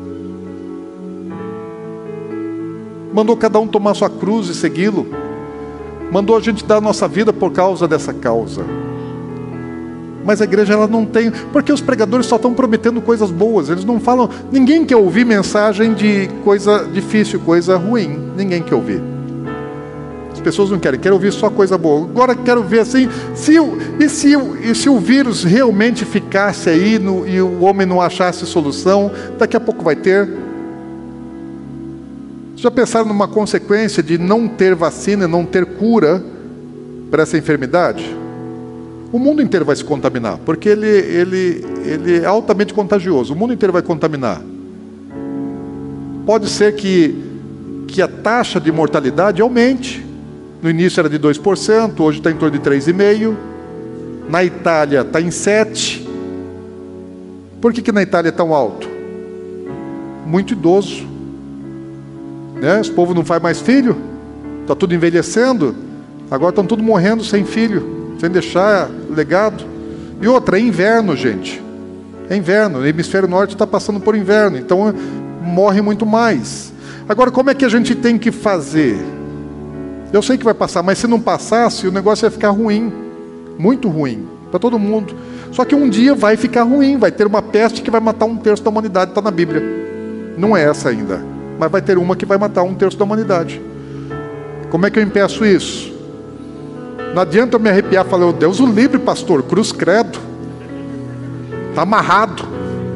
Mandou cada um tomar sua cruz e segui-lo. Mandou a gente dar a nossa vida por causa dessa causa. Mas a igreja ela não tem, porque os pregadores só estão prometendo coisas boas. Eles não falam, ninguém quer ouvir mensagem de coisa difícil, coisa ruim. Ninguém quer ouvir. As pessoas não querem, querem ouvir só coisa boa. Agora quero ver assim, se, e, se, e se o vírus realmente ficasse aí no, e o homem não achasse solução, daqui a pouco vai ter. Já pensaram numa consequência de não ter vacina, não ter cura para essa enfermidade? O mundo inteiro vai se contaminar, porque ele, ele, ele é altamente contagioso. O mundo inteiro vai contaminar. Pode ser que, que a taxa de mortalidade aumente. No início era de dois por cento, hoje está em torno de três vírgula cinco por cento. Na Itália está em sete por cento. Por que, que na Itália é tão alto? Muito idoso. Né? Esse povo não faz mais filho. Está tudo envelhecendo. Agora estão tudo morrendo sem filho, sem deixar legado. E outra, é inverno, gente. É inverno. O hemisfério norte está passando por inverno. Então morre muito mais. Agora, como é que a gente tem que fazer? Eu sei que vai passar, mas se não passasse, o negócio ia ficar ruim. Muito ruim, para todo mundo. Só que um dia vai ficar ruim, vai ter uma peste que vai matar um terço da humanidade, está na Bíblia. Não é essa ainda, mas vai ter uma que vai matar um terço da humanidade. Como é que eu impeço isso? Não adianta eu me arrepiar e falar, oh, Deus o livre, pastor, cruz credo. Está amarrado.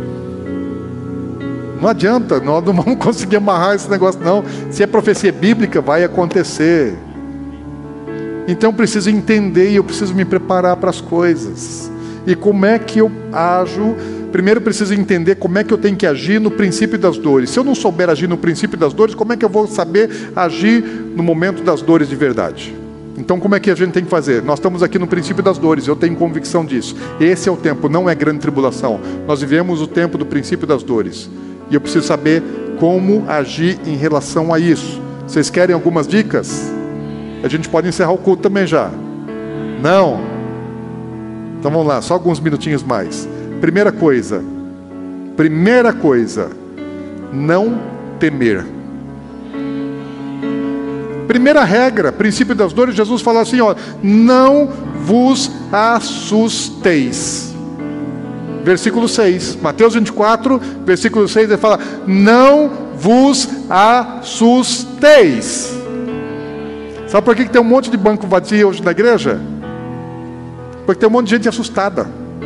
Não adianta, nós não vamos conseguir amarrar esse negócio não. Se é profecia bíblica, vai acontecer. Então eu preciso entender e eu preciso me preparar para as coisas. E como é que eu ajo? Primeiro eu preciso entender como é que eu tenho que agir no princípio das dores. Se eu não souber agir no princípio das dores, como é que eu vou saber agir no momento das dores de verdade? Então como é que a gente tem que fazer? Nós estamos aqui no princípio das dores, eu tenho convicção disso. Esse é o tempo, não é grande tribulação. Nós vivemos o tempo do princípio das dores. E eu preciso saber como agir em relação a isso. Vocês querem algumas dicas? A gente pode encerrar o culto também já. Não? Então vamos lá, só alguns minutinhos mais. Primeira coisa. Primeira coisa. Não temer. Primeira regra, princípio das dores, Jesus fala assim, ó, não vos assusteis. Versículo seis, Mateus vinte e quatro, versículo seis, ele fala, não vos assusteis. Sabe por que tem um monte de banco vazio hoje na igreja? Porque tem um monte de gente assustada.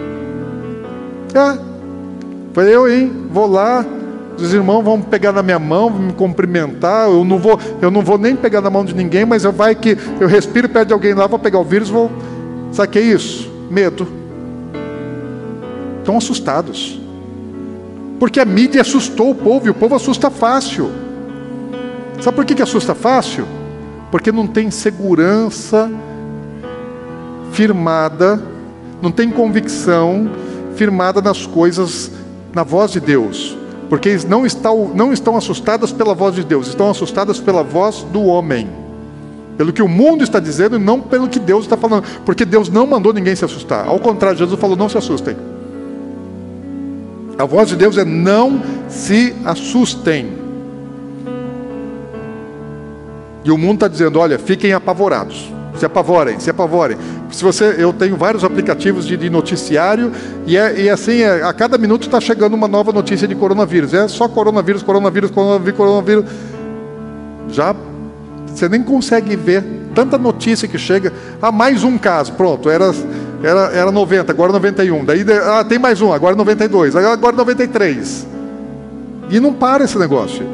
É, foi eu, hein? Vou lá, os irmãos vão pegar na minha mão, me cumprimentar, eu não vou, eu não vou nem pegar na mão de ninguém, mas eu vai que eu respiro perto de alguém lá, vou pegar o vírus, vou... Sabe o que é isso? Medo. Estão assustados. Porque a mídia assustou o povo, e o povo assusta fácil. Sabe por que que assusta fácil? Porque não tem segurança firmada, não tem convicção firmada nas coisas, na voz de Deus. Porque eles não estão, não estão assustadas pela voz de Deus, estão assustadas pela voz do homem. Pelo que o mundo está dizendo e não pelo que Deus está falando. Porque Deus não mandou ninguém se assustar. Ao contrário, Jesus falou, não se assustem. A voz de Deus é não se assustem. E o mundo está dizendo, olha, fiquem apavorados. Se apavorem, se apavorem. Se você, eu tenho vários aplicativos de, de noticiário e, é, e assim, é, a cada minuto está chegando uma nova notícia de coronavírus. É só coronavírus, coronavírus, coronavírus, coronavírus. Já você nem consegue ver tanta notícia que chega. Ah, mais um caso, pronto, era, era, era noventa, agora noventa e um. Daí ah, tem mais um, agora noventa e dois, agora noventa e três. E não para esse negócio.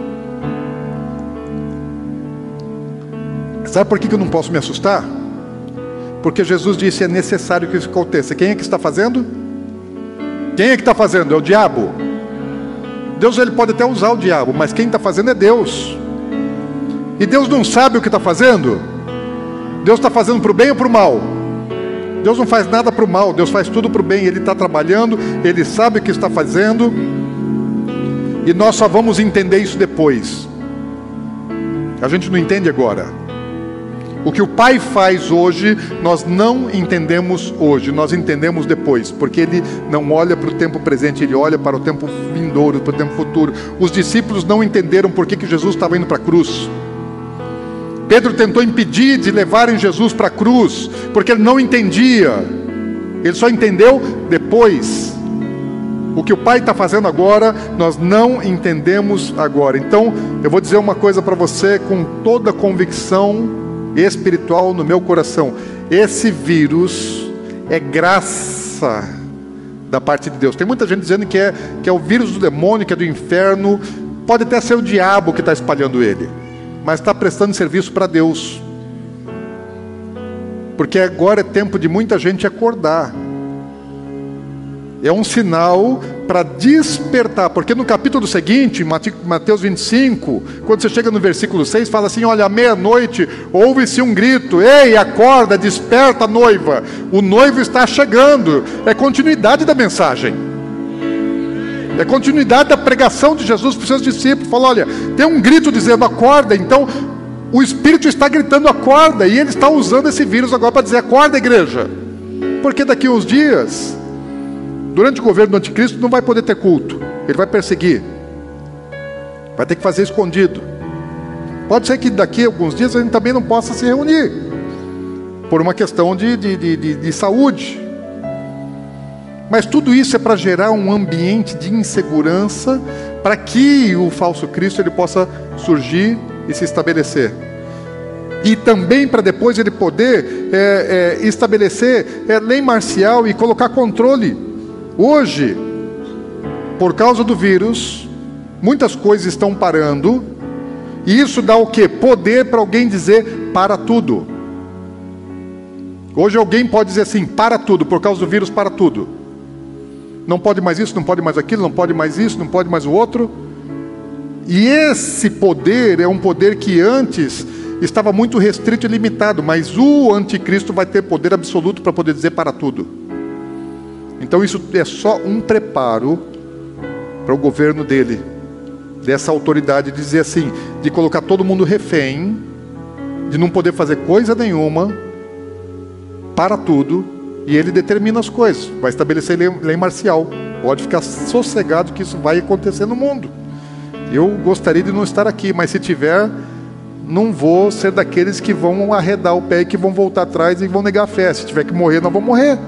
Sabe por que eu não posso me assustar? Porque Jesus disse, é necessário que isso aconteça. Quem é que está fazendo? Quem é que está fazendo? É o diabo. Deus, ele pode até usar o diabo, mas quem está fazendo é Deus. E Deus não sabe o que está fazendo? Deus está fazendo para o bem ou para o mal? Deus não faz nada para o mal, Deus faz tudo para o bem. Ele está trabalhando, Ele sabe o que está fazendo. E nós só vamos entender isso depois. A gente não entende agora. O que o Pai faz hoje, nós não entendemos hoje, nós entendemos depois, porque Ele não olha para o tempo presente, Ele olha para o tempo vindouro, para o tempo futuro. Os discípulos não entenderam por que que Jesus estava indo para a cruz. Pedro tentou impedir de levarem Jesus para a cruz, porque ele não entendia. Ele só entendeu depois. O que o Pai está fazendo agora, nós não entendemos agora. Então, eu vou dizer uma coisa para você com toda a convicção espiritual no meu coração. Esse vírus é graça da parte de Deus. Tem muita gente dizendo que é, que é o vírus do demônio, que é do inferno. Pode até ser o diabo que está espalhando ele, mas está prestando serviço para Deus. Porque agora é tempo de muita gente acordar. É um sinal para despertar, porque no capítulo seguinte, Mateus vinte e cinco, quando você chega no versículo seis, fala assim, olha, à meia-noite, ouve-se um grito, ei, acorda, desperta, noiva, o noivo está chegando. É continuidade da mensagem, é continuidade da pregação de Jesus para os seus discípulos. Fala, olha, tem um grito dizendo, acorda. Então, o Espírito está gritando, acorda, e ele está usando esse vírus agora para dizer, acorda, igreja, porque daqui a uns dias, durante o governo do anticristo, não vai poder ter culto. Ele vai perseguir. Vai ter que fazer escondido. Pode ser que daqui a alguns dias a gente também não possa se reunir, por uma questão de, de, de, de, de saúde. Mas tudo isso é para gerar um ambiente de insegurança, para que o falso Cristo ele possa surgir e se estabelecer. E também para depois ele poder é, é, estabelecer é, lei marcial e colocar controle. Hoje, por causa do vírus, muitas coisas estão parando, e isso dá o quê? Poder para alguém dizer para tudo. Hoje alguém pode dizer assim, para tudo, por causa do vírus, para tudo. Não pode mais isso, não pode mais aquilo, não pode mais isso, não pode mais o outro. E esse poder é um poder que antes estava muito restrito e limitado, mas o anticristo vai ter poder absoluto para poder dizer para tudo. Então isso é só um preparo para o governo dele, dessa autoridade, de dizer assim, de colocar todo mundo refém, de não poder fazer coisa nenhuma, para tudo, e ele determina as coisas, vai estabelecer lei, lei marcial. Pode ficar sossegado que isso vai acontecer no mundo. Eu gostaria de não estar aqui, mas se tiver, não vou ser daqueles que vão arredar o pé e que vão voltar atrás e vão negar a fé. Se tiver que morrer, nós vamos morrer.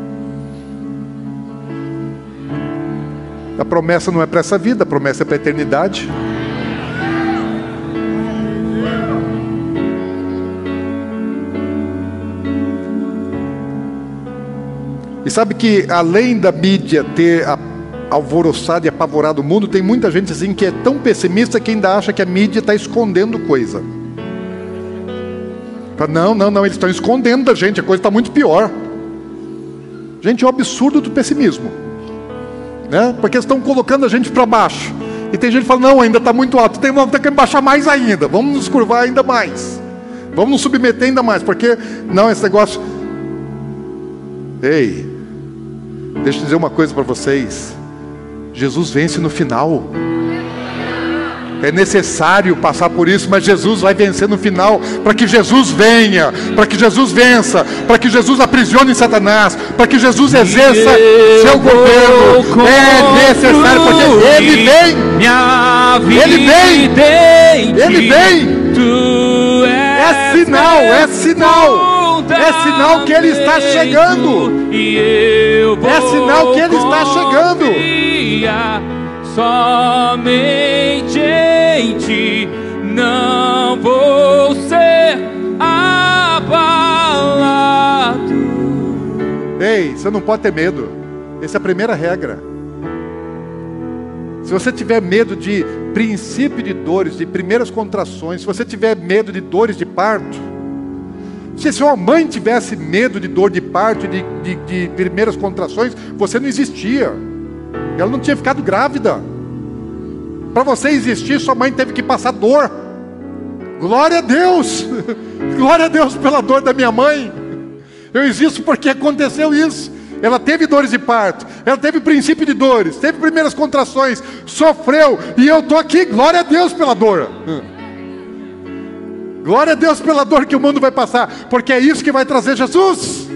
A promessa não é para essa vida, a promessa é para a eternidade. E sabe que além da mídia ter alvoroçado e apavorado o mundo, tem muita gente assim que é tão pessimista que ainda acha que a mídia está escondendo coisa. Fala, não, não, não, eles estão escondendo da gente, a coisa está muito pior. Gente, é um absurdo do pessimismo, né? Porque eles estão colocando a gente para baixo. E tem gente que fala, não, ainda está muito alto, tem, tem que baixar mais ainda, vamos nos curvar ainda mais, vamos nos submeter ainda mais, porque, não, esse negócio... Ei, deixa eu dizer uma coisa para vocês, Jesus vence no final. É necessário passar por isso, mas Jesus vai vencer no final, para que Jesus venha, para que Jesus vença, para que Jesus aprisione Satanás, para que Jesus exerça seu governo. É necessário, porque Ele vem, Ele vem, Ele vem. É sinal, é sinal. É sinal que Ele está chegando. É sinal que Ele está chegando. Somente em Ti não vou ser abalado. Ei, você não pode ter medo. Essa é a primeira regra. Se você tiver medo de princípio de dores, de primeiras contrações, se você tiver medo de dores de parto, se sua mãe tivesse medo de dor de parto, de, de, de primeiras contrações, você não existia. Ela não tinha ficado grávida. Para você existir, sua mãe teve que passar dor. Glória a Deus. Glória a Deus pela dor da minha mãe. Eu existo porque aconteceu isso. Ela teve dores de parto, ela teve princípio de dores, teve primeiras contrações, sofreu, e eu estou aqui. Glória a Deus pela dor. Glória a Deus pela dor que o mundo vai passar, porque é isso que vai trazer Jesus.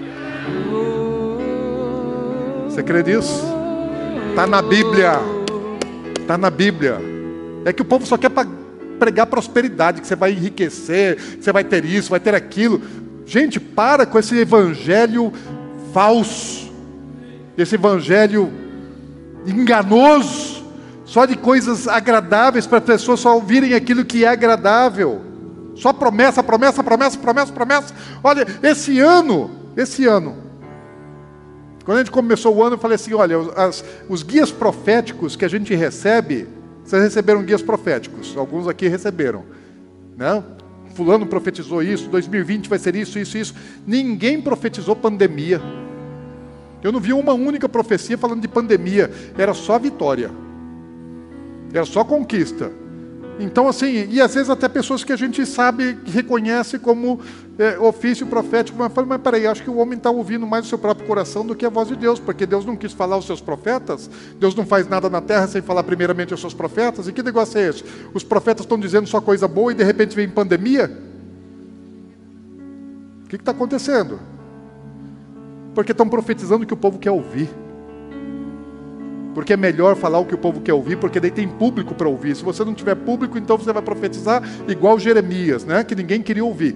Você crê nisso? Está na Bíblia. Está na Bíblia. É que o povo só quer pregar prosperidade, que você vai enriquecer, que você vai ter isso, vai ter aquilo. Gente, para com esse evangelho falso, esse evangelho enganoso, só de coisas agradáveis, para as pessoas só ouvirem aquilo que é agradável. Só promessa, promessa, promessa, promessa, promessa. Olha, esse ano, esse ano, quando a gente começou o ano, eu falei assim, olha, as, os guias proféticos que a gente recebe, vocês receberam guias proféticos, alguns aqui receberam, né? Fulano profetizou isso, dois mil e vinte vai ser isso, isso, isso. Ninguém profetizou pandemia. Eu não vi uma única profecia falando de pandemia, era só vitória, era só conquista. Então assim, e às vezes até pessoas que a gente sabe, que reconhece como é, ofício profético, mas fala, mas peraí, acho que o homem está ouvindo mais o seu próprio coração do que a voz de Deus, porque Deus não quis falar aos seus profetas, Deus não faz nada na terra sem falar primeiramente aos seus profetas. E que negócio é esse? Os profetas estão dizendo só coisa boa e de repente vem pandemia? O que está acontecendo? Porque estão profetizando o que o povo quer ouvir. Porque é melhor falar o que o povo quer ouvir, porque daí tem público para ouvir. Se você não tiver público, então você vai profetizar igual Jeremias, né? Que ninguém queria ouvir.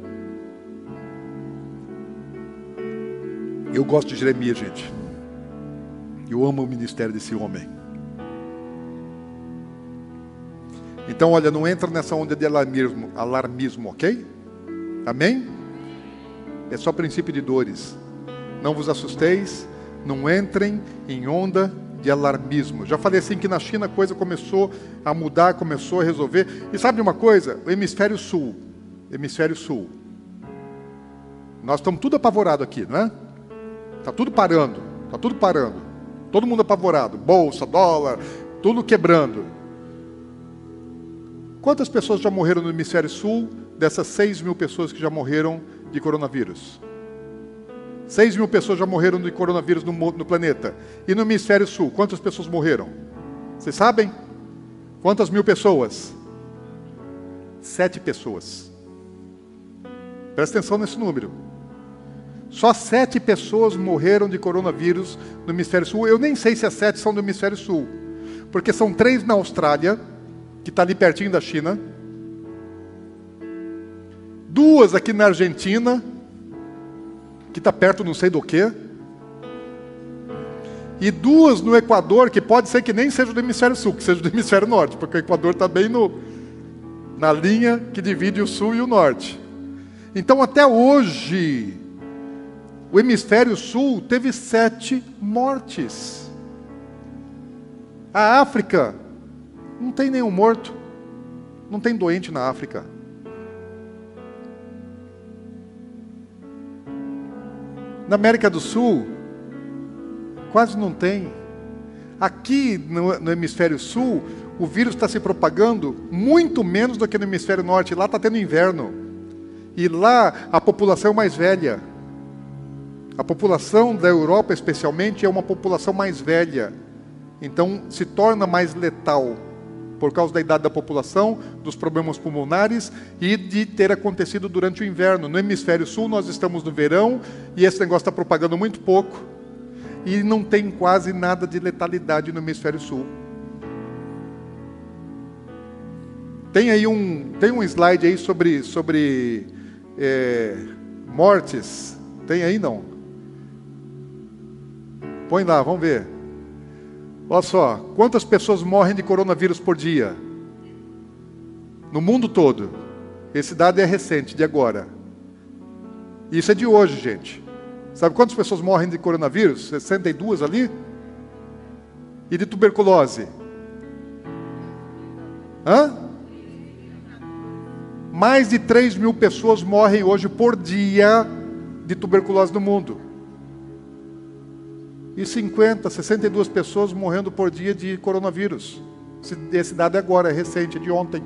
Eu gosto de Jeremias, gente. Eu amo o ministério desse homem. Então, olha, não entra nessa onda de alarmismo, alarmismo, ok? Amém? É só princípio de dores. Não vos assusteis, não entrem em onda de alarmismo. Já falei assim que na China a coisa começou a mudar, começou a resolver. E sabe uma coisa? O hemisfério sul, hemisfério sul, nós estamos tudo apavorado aqui, não é? Está tudo parando, está tudo parando. Todo mundo apavorado, bolsa, dólar, tudo quebrando. Quantas pessoas já morreram no hemisfério sul dessas seis mil pessoas que já morreram de coronavírus? seis mil pessoas já morreram de coronavírus no, no planeta. E no hemisfério sul, quantas pessoas morreram? Vocês sabem? Quantas mil pessoas? Sete pessoas. Presta atenção nesse número. Só sete pessoas morreram de coronavírus no hemisfério sul. Eu nem sei se as sete são do hemisfério sul, porque são três na Austrália, que está ali pertinho da China, duas aqui na Argentina, que está perto não sei do quê, e duas no Equador, que pode ser que nem seja do hemisfério sul, que seja do hemisfério norte, porque o Equador está bem no, na linha que divide o sul e o norte. Então, até hoje, o hemisfério sul teve sete mortes. A África não tem nenhum morto, não tem doente na África. Na América do Sul, quase não tem. Aqui no, no hemisfério sul, o vírus está se propagando muito menos do que no hemisfério norte. Lá está tendo inverno. E lá a população é mais velha. A população da Europa, especialmente, é uma população mais velha. Então, se torna mais letal por causa da idade da população, dos problemas pulmonares e de ter acontecido durante o inverno. No hemisfério sul, nós estamos no verão e esse negócio está propagando muito pouco. E não tem quase nada de letalidade no hemisfério sul. Tem aí um, tem um slide aí sobre, sobre é, mortes. Tem aí, não? Põe lá, vamos ver. Olha só, quantas pessoas morrem de coronavírus por dia? No mundo todo. Esse dado é recente, de agora. Isso é de hoje, gente. Sabe quantas pessoas morrem de coronavírus? sessenta e duas ali? E de tuberculose? Hã? Mais de três mil pessoas morrem hoje por dia de tuberculose no mundo. E cinquenta, sessenta e duas pessoas morrendo por dia de coronavírus. Esse dado é agora, é recente, é de ontem.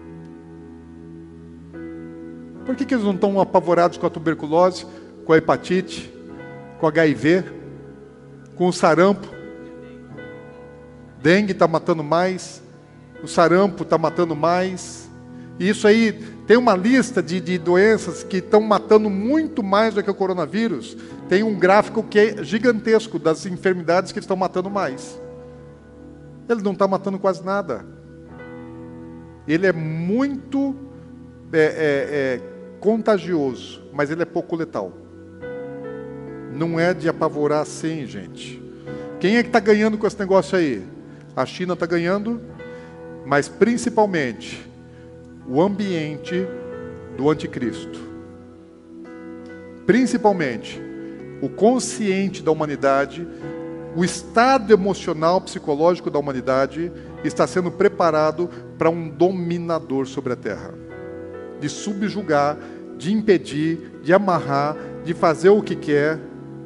Por que que eles não estão apavorados com a tuberculose, com a hepatite, com H I V, com o sarampo? Dengue está matando mais, o sarampo está matando mais. E isso aí, tem uma lista de, de doenças que estão matando muito mais do que o coronavírus. Tem um gráfico que é gigantesco das enfermidades que estão matando mais. Ele não está matando quase nada. Ele é muito é, é, é, contagioso, mas ele é pouco letal. Não é de apavorar assim, gente. Quem é que está ganhando com esse negócio aí? A China está ganhando, mas principalmente o ambiente do anticristo. Principalmente o consciente da humanidade, o estado emocional, psicológico da humanidade está sendo preparado para um dominador sobre a terra. De subjugar, de impedir, de amarrar, de fazer o que quer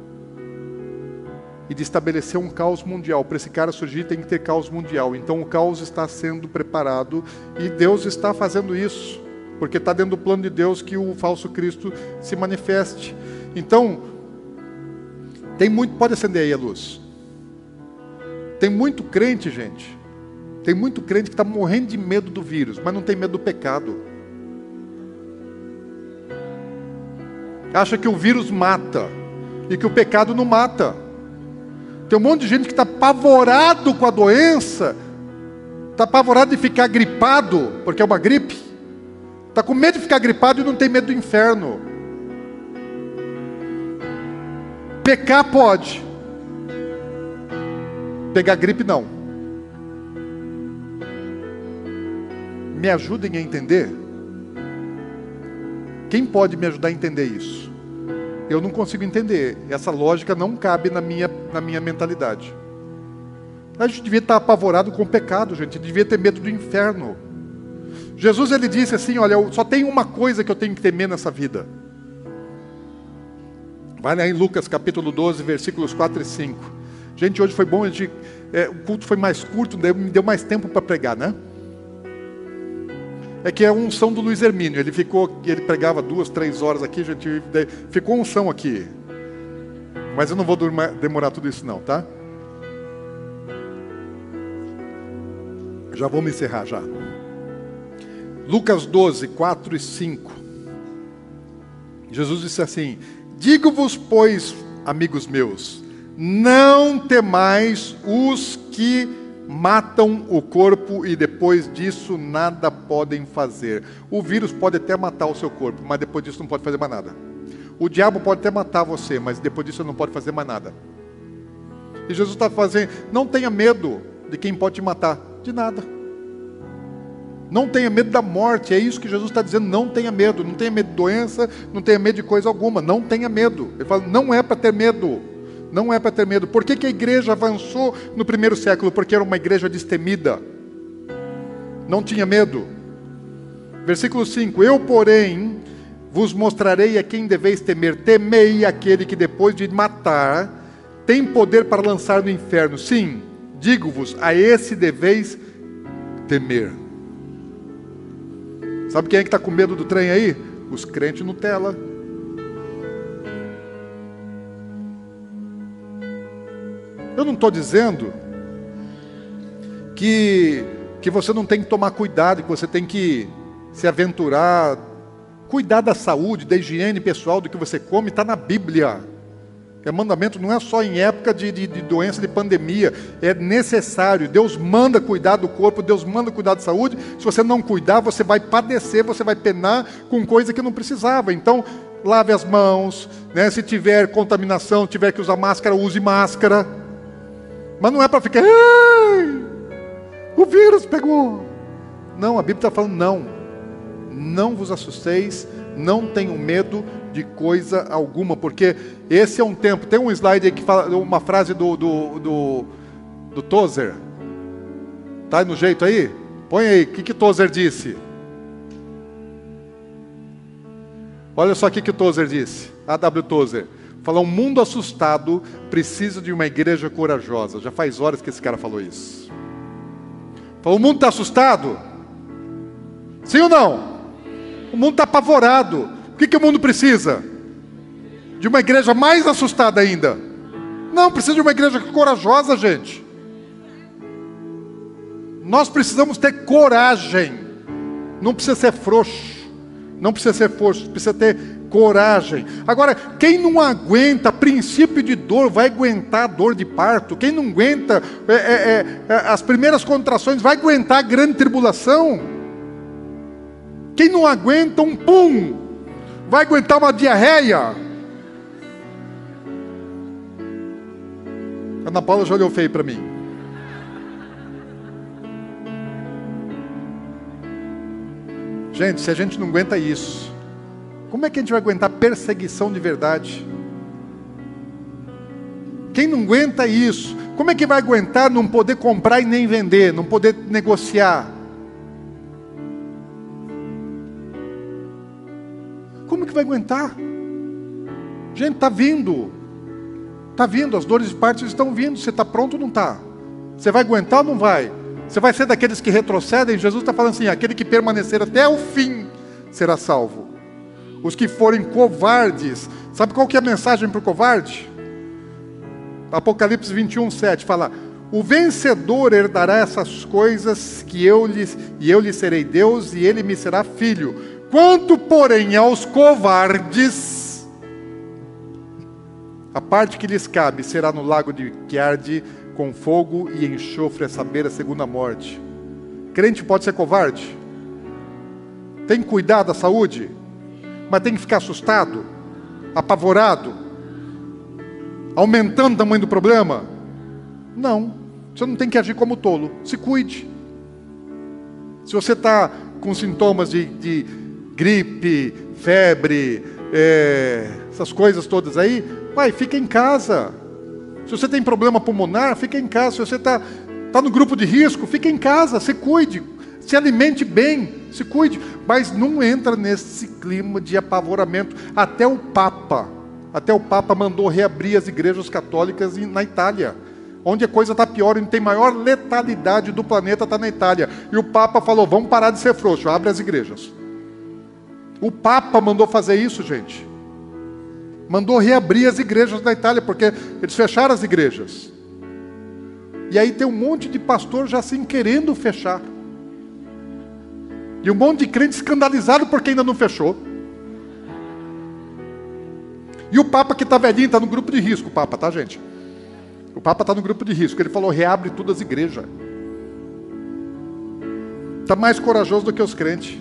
e de estabelecer um caos mundial. Para esse cara surgir tem que ter caos mundial. Então o caos está sendo preparado e Deus está fazendo isso, porque está dentro do plano de Deus que o falso Cristo se manifeste. Então, tem muito, pode acender aí a luz. Tem muito crente, gente, tem muito crente que está morrendo de medo do vírus, mas não tem medo do pecado. Acha que o vírus mata e que o pecado não mata. Tem um monte de gente que está apavorado com a doença, está apavorado de ficar gripado, porque é uma gripe, está com medo de ficar gripado e não tem medo do inferno. Pecar pode, pegar gripe não. Me ajudem a entender? Quem pode me ajudar a entender isso? Eu não consigo entender. Essa lógica não cabe na minha, na minha mentalidade. A gente devia estar apavorado com o pecado, gente. A gente devia ter medo do inferno. Jesus, ele disse assim, olha, só tem uma coisa que eu tenho que temer nessa vida. Vai lá em Lucas capítulo doze, versículos quatro e cinco. Gente, hoje foi bom, a gente, é, o culto foi mais curto, me deu mais tempo para pregar, né? É que é a unção do Luiz Hermínio. Ele ficou, ele pregava duas, três horas aqui, gente, ficou unção aqui. Mas eu não vou demorar tudo isso não, tá? Já vou me encerrar já. Lucas doze, quatro e cinco. Jesus disse assim: digo-vos, pois, amigos meus, não temais os que matam o corpo e depois disso nada podem fazer. O vírus pode até matar o seu corpo, mas depois disso não pode fazer mais nada. O diabo pode até matar você, mas depois disso não pode fazer mais nada. E Jesus está fazendo, não tenha medo de quem pode te matar, de nada. Não tenha medo da morte, é isso que Jesus está dizendo, não tenha medo. Não tenha medo de doença, não tenha medo de coisa alguma, não tenha medo. Ele fala, não é para ter medo, não é para ter medo. Por que que a igreja avançou no primeiro século? Porque era uma igreja destemida, não tinha medo. Versículo cinco, eu porém vos mostrarei a quem deveis temer, temei aquele que depois de matar, tem poder para lançar no inferno. Sim, digo-vos, a esse deveis temer. Sabe quem é que está com medo do trem aí? Os crentes Nutella. Eu não estou dizendo que, que você não tem que tomar cuidado, que você tem que se aventurar, cuidar da saúde, da higiene pessoal, do que você come, está na Bíblia. É mandamento, não é só em época de, de, de doença, de pandemia, é necessário. Deus manda cuidar do corpo, Deus manda cuidar da saúde. Se você não cuidar, você vai padecer, você vai penar com coisa que não precisava. Então, lave as mãos, né? Se tiver contaminação, tiver que usar máscara, use máscara. Mas não é para ficar, ai, o vírus pegou. Não, a Bíblia está falando, não. Não vos assusteis, não tenham medo de coisa alguma, porque esse é um tempo. Tem um slide aí que fala uma frase do, do, do, do Tozer. Tá no jeito aí? Põe aí, o que que Tozer disse? Olha só o que que o Tozer disse, A W Tozer. Fala, um mundo assustado precisa de uma igreja corajosa. Já faz horas que esse cara falou isso. Fala, o mundo está assustado? Sim ou não? O mundo está apavorado. O que que o mundo precisa? De uma igreja mais assustada ainda. Não, precisa de uma igreja corajosa, gente. Nós precisamos ter coragem. Não precisa ser frouxo. Não precisa ser frouxo, precisa ter coragem. Agora, quem não aguenta princípio de dor, vai aguentar a dor de parto. Quem não aguenta é, é, é, as primeiras contrações, vai aguentar a grande tribulação. Quem não aguenta um pum, vai aguentar uma diarreia. A Ana Paula já olhou feio para mim. Gente, se a gente não aguenta isso, como é que a gente vai aguentar perseguição de verdade? Quem não aguenta isso, como é que vai aguentar não poder comprar e nem vender, não poder negociar? Como que vai aguentar? Gente, está vindo. Está vindo, as dores de parto estão vindo. Você está pronto ou não está? Você vai aguentar ou não vai? Você vai ser daqueles que retrocedem? Jesus está falando assim, aquele que permanecer até o fim será salvo. Os que forem covardes, sabe qual que é a mensagem para o covarde? Apocalipse vinte e um, sete fala, o vencedor herdará essas coisas que eu lhe, e eu lhe serei Deus e ele me será filho. Quanto, porém, aos covardes, a parte que lhes cabe será no lago de, que arde com fogo e enxofre, a saber, a segunda morte. Crente pode ser covarde? Tem que cuidar da saúde? Mas tem que ficar assustado? Apavorado? Aumentando o tamanho do problema? Não. Você não tem que agir como tolo. Se cuide. Se você está com sintomas de, de gripe, febre, é, essas coisas todas aí, vai, fica em casa. Se você tem problema pulmonar, fica em casa. Se você está tá no grupo de risco, fica em casa, se cuide, se alimente bem, se cuide. Mas não entra nesse clima de apavoramento. Até o Papa, até o Papa mandou reabrir as igrejas católicas na Itália, onde a coisa está pior, onde tem maior letalidade do planeta, está na Itália. E o Papa falou, vamos parar de ser frouxo, abre as igrejas. O Papa mandou fazer isso, gente. Mandou reabrir as igrejas da Itália, porque eles fecharam as igrejas. E aí tem um monte de pastor já assim querendo fechar. E um monte de crente escandalizado porque ainda não fechou. E o Papa que está velhinho, está no grupo de risco, o Papa, tá, gente? O Papa está no grupo de risco. Ele falou, reabre todas as igrejas. está mais corajoso do que os crentes.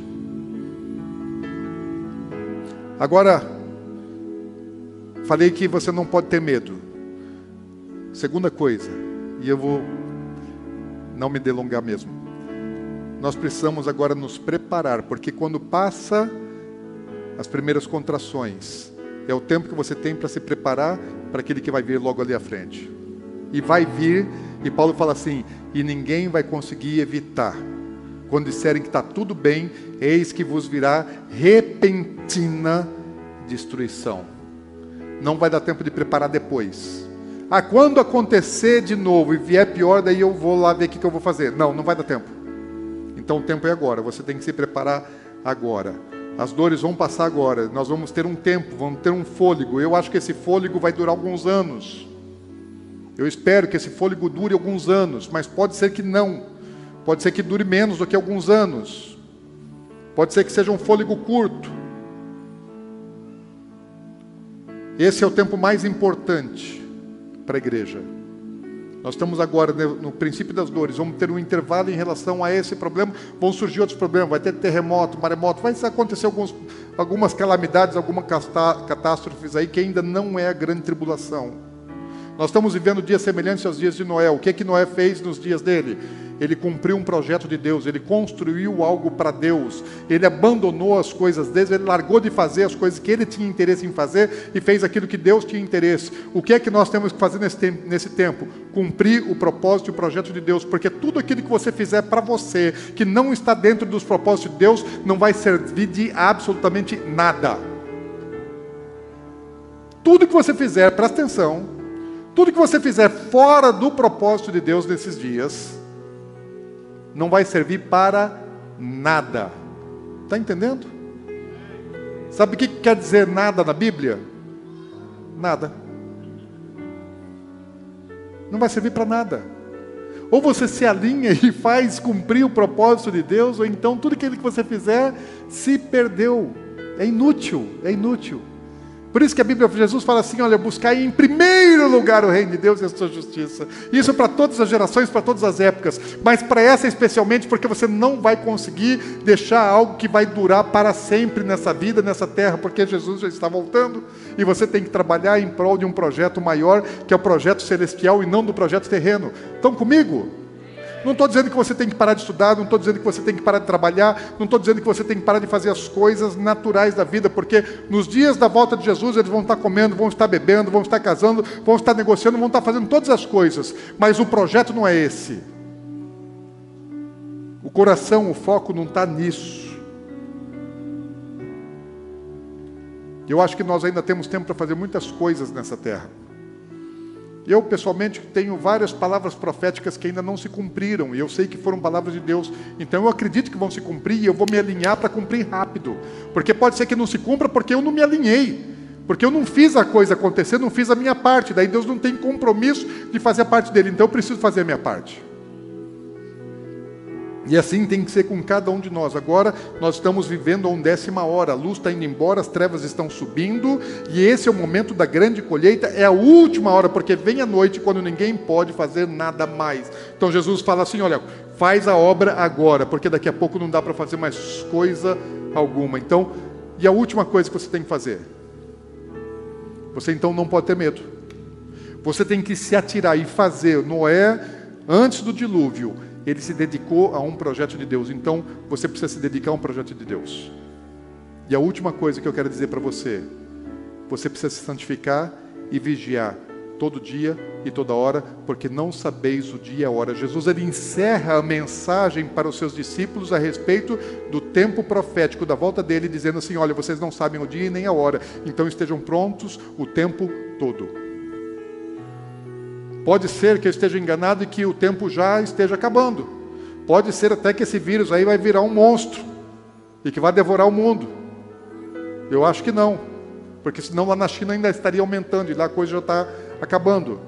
Agora, falei que você não pode ter medo. Segunda coisa, e eu vou não me delongar mesmo. Nós precisamos agora nos preparar, porque quando passa as primeiras contrações, é o tempo que você tem para se preparar para aquele que vai vir logo ali à frente. E vai vir, e Paulo fala assim, e ninguém vai conseguir evitar. Quando disserem que está tudo bem, eis que vos virá repentina destruição. Não vai dar tempo de preparar depois. Ah, quando acontecer de novo e vier pior, daí eu vou lá ver o que eu vou fazer. Não, não vai dar tempo. Então o tempo é agora, você tem que se preparar agora. As dores vão passar agora, nós vamos ter um tempo, vamos ter um fôlego. Eu acho que esse fôlego vai durar alguns anos. Eu espero que esse fôlego dure alguns anos, mas pode ser que não. Pode ser que dure menos do que alguns anos. Pode ser que seja um fôlego curto. Esse é o tempo mais importante para a igreja. Nós estamos agora no princípio das dores, vamos ter um intervalo em relação a esse problema, vão surgir outros problemas, vai ter terremoto, maremoto, vai acontecer alguns, algumas calamidades, algumas catástrofes aí que ainda não é a grande tribulação. Nós estamos vivendo dias semelhantes aos dias de Noé. O que é que Noé fez nos dias dele? Ele cumpriu um projeto de Deus, ele construiu algo para Deus, ele abandonou as coisas dele, ele largou de fazer as coisas que ele tinha interesse em fazer e fez aquilo que Deus tinha interesse. O que é que nós temos que fazer nesse tempo? Nesse tempo? Cumprir o propósito e o projeto de Deus, porque tudo aquilo que você fizer para você, que não está dentro dos propósitos de Deus, não vai servir de absolutamente nada. Tudo que você fizer, presta atenção, tudo que você fizer fora do propósito de Deus nesses dias, não vai servir para nada. Está entendendo? Sabe o que quer dizer nada na Bíblia? Nada. Não vai servir para nada. Ou você se alinha e faz cumprir o propósito de Deus, ou então tudo aquilo que você fizer se perdeu. É inútil, é inútil. Por isso que a Bíblia, Jesus fala assim, olha, buscai em primeiro lugar o reino de Deus e a sua justiça. Isso para todas as gerações, para todas as épocas, mas para essa especialmente, porque você não vai conseguir deixar algo que vai durar para sempre nessa vida, nessa terra, porque Jesus já está voltando, e você tem que trabalhar em prol de um projeto maior, que é o projeto celestial e não do projeto terreno. Estão comigo? Não estou dizendo que você tem que parar de estudar, não estou dizendo que você tem que parar de trabalhar, não estou dizendo que você tem que parar de fazer as coisas naturais da vida, porque nos dias da volta de Jesus eles vão estar comendo, vão estar bebendo, vão estar casando, vão estar negociando, vão estar fazendo todas as coisas, mas o projeto não é esse. O coração, o foco não está nisso. Eu acho que nós ainda temos tempo para fazer muitas coisas nessa terra. Eu, pessoalmente, tenho várias palavras proféticas que ainda não se cumpriram, e eu sei que foram palavras de Deus, então eu acredito que vão se cumprir, e eu vou me alinhar para cumprir rápido, porque pode ser que não se cumpra porque eu não me alinhei, porque eu não fiz a coisa acontecer, não fiz a minha parte, daí Deus não tem compromisso de fazer a parte dele, então eu preciso fazer a minha parte. E assim tem que ser com cada um de nós. Agora nós estamos vivendo a undécima hora, a luz está indo embora, as trevas estão subindo, e esse é o momento da grande colheita, é a última hora, porque vem a noite quando ninguém pode fazer nada mais. Então Jesus fala assim, olha, faz a obra agora, porque daqui a pouco não dá para fazer mais coisa alguma. Então, e a última coisa que você tem que fazer? Você então não pode ter medo. Você tem que se atirar e fazer. Noé, antes do dilúvio, ele se dedicou a um projeto de Deus. Então, você precisa se dedicar a um projeto de Deus. E a última coisa que eu quero dizer para você, você precisa se santificar e vigiar todo dia e toda hora, porque não sabeis o dia e a hora. Jesus, ele encerra a mensagem para os seus discípulos a respeito do tempo profético da volta dele, dizendo assim, olha, vocês não sabem o dia e nem a hora, então estejam prontos o tempo todo. Pode ser que eu esteja enganado e que o tempo já esteja acabando. Pode ser até que esse vírus aí vai virar um monstro e que vai devorar o mundo. Eu acho que não, porque senão lá na China ainda estaria aumentando e lá a coisa já está acabando.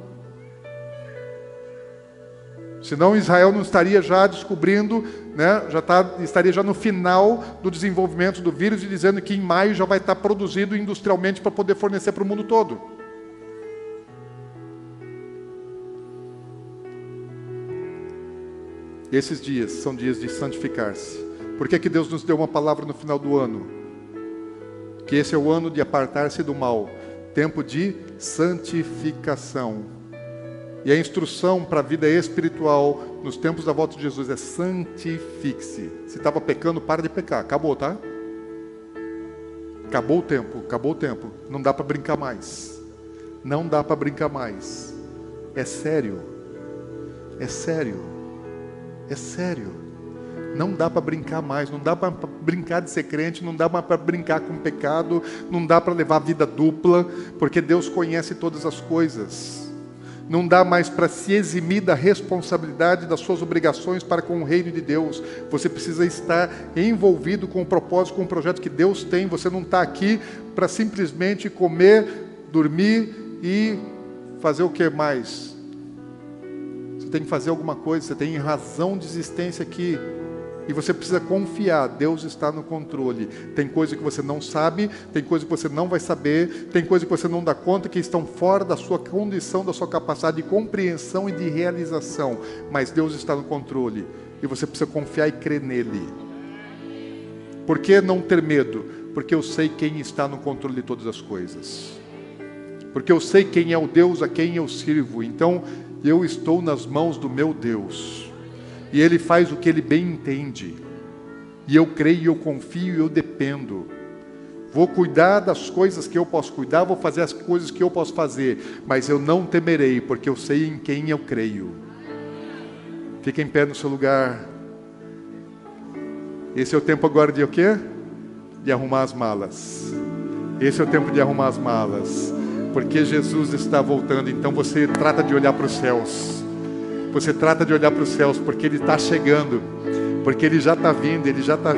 Senão Israel não estaria já descobrindo, né, já tá, estaria já no final do desenvolvimento do vírus e dizendo que em maio já vai estar produzido industrialmente para poder fornecer para o mundo todo. Esses dias são dias de santificar-se. Por que que Deus nos deu uma palavra no final do ano? Que esse é o ano de apartar-se do mal. Tempo de santificação. E a instrução para a vida espiritual nos tempos da volta de Jesus é: santifique-se. Se estava pecando, para de pecar. Acabou, tá? Acabou o tempo, acabou o tempo. Não dá para brincar mais. Não dá para brincar mais. É sério. É sério. É sério. Não dá para brincar mais. Não dá para brincar de ser crente. Não dá para brincar com pecado. Não dá para levar a vida dupla. Porque Deus conhece todas as coisas. Não dá mais para se eximir da responsabilidade das suas obrigações para com o reino de Deus. Você precisa estar envolvido com o propósito, com o projeto que Deus tem. Você não está aqui para simplesmente comer, dormir e fazer o que mais? Você tem que fazer alguma coisa, você tem razão de existência aqui. E você precisa confiar, Deus está no controle. Tem coisa que você não sabe, tem coisa que você não vai saber, tem coisa que você não dá conta, que estão fora da sua condição, da sua capacidade de compreensão e de realização. Mas Deus está no controle. E você precisa confiar e crer nele. Por que não ter medo? Porque eu sei quem está no controle de todas as coisas. Porque eu sei quem é o Deus a quem eu sirvo. Então, eu estou nas mãos do meu Deus. E Ele faz o que Ele bem entende. E eu creio, eu confio e eu dependo. Vou cuidar das coisas que eu posso cuidar, vou fazer as coisas que eu posso fazer. Mas eu não temerei, porque eu sei em quem eu creio. Fica em pé no seu lugar. Esse é o tempo agora de o quê? De arrumar as malas. Esse é o tempo de arrumar as malas. Porque Jesus está voltando, então você trata de olhar para os céus. Você trata de olhar para os céus, porque Ele está chegando, porque Ele já está vindo, Ele já está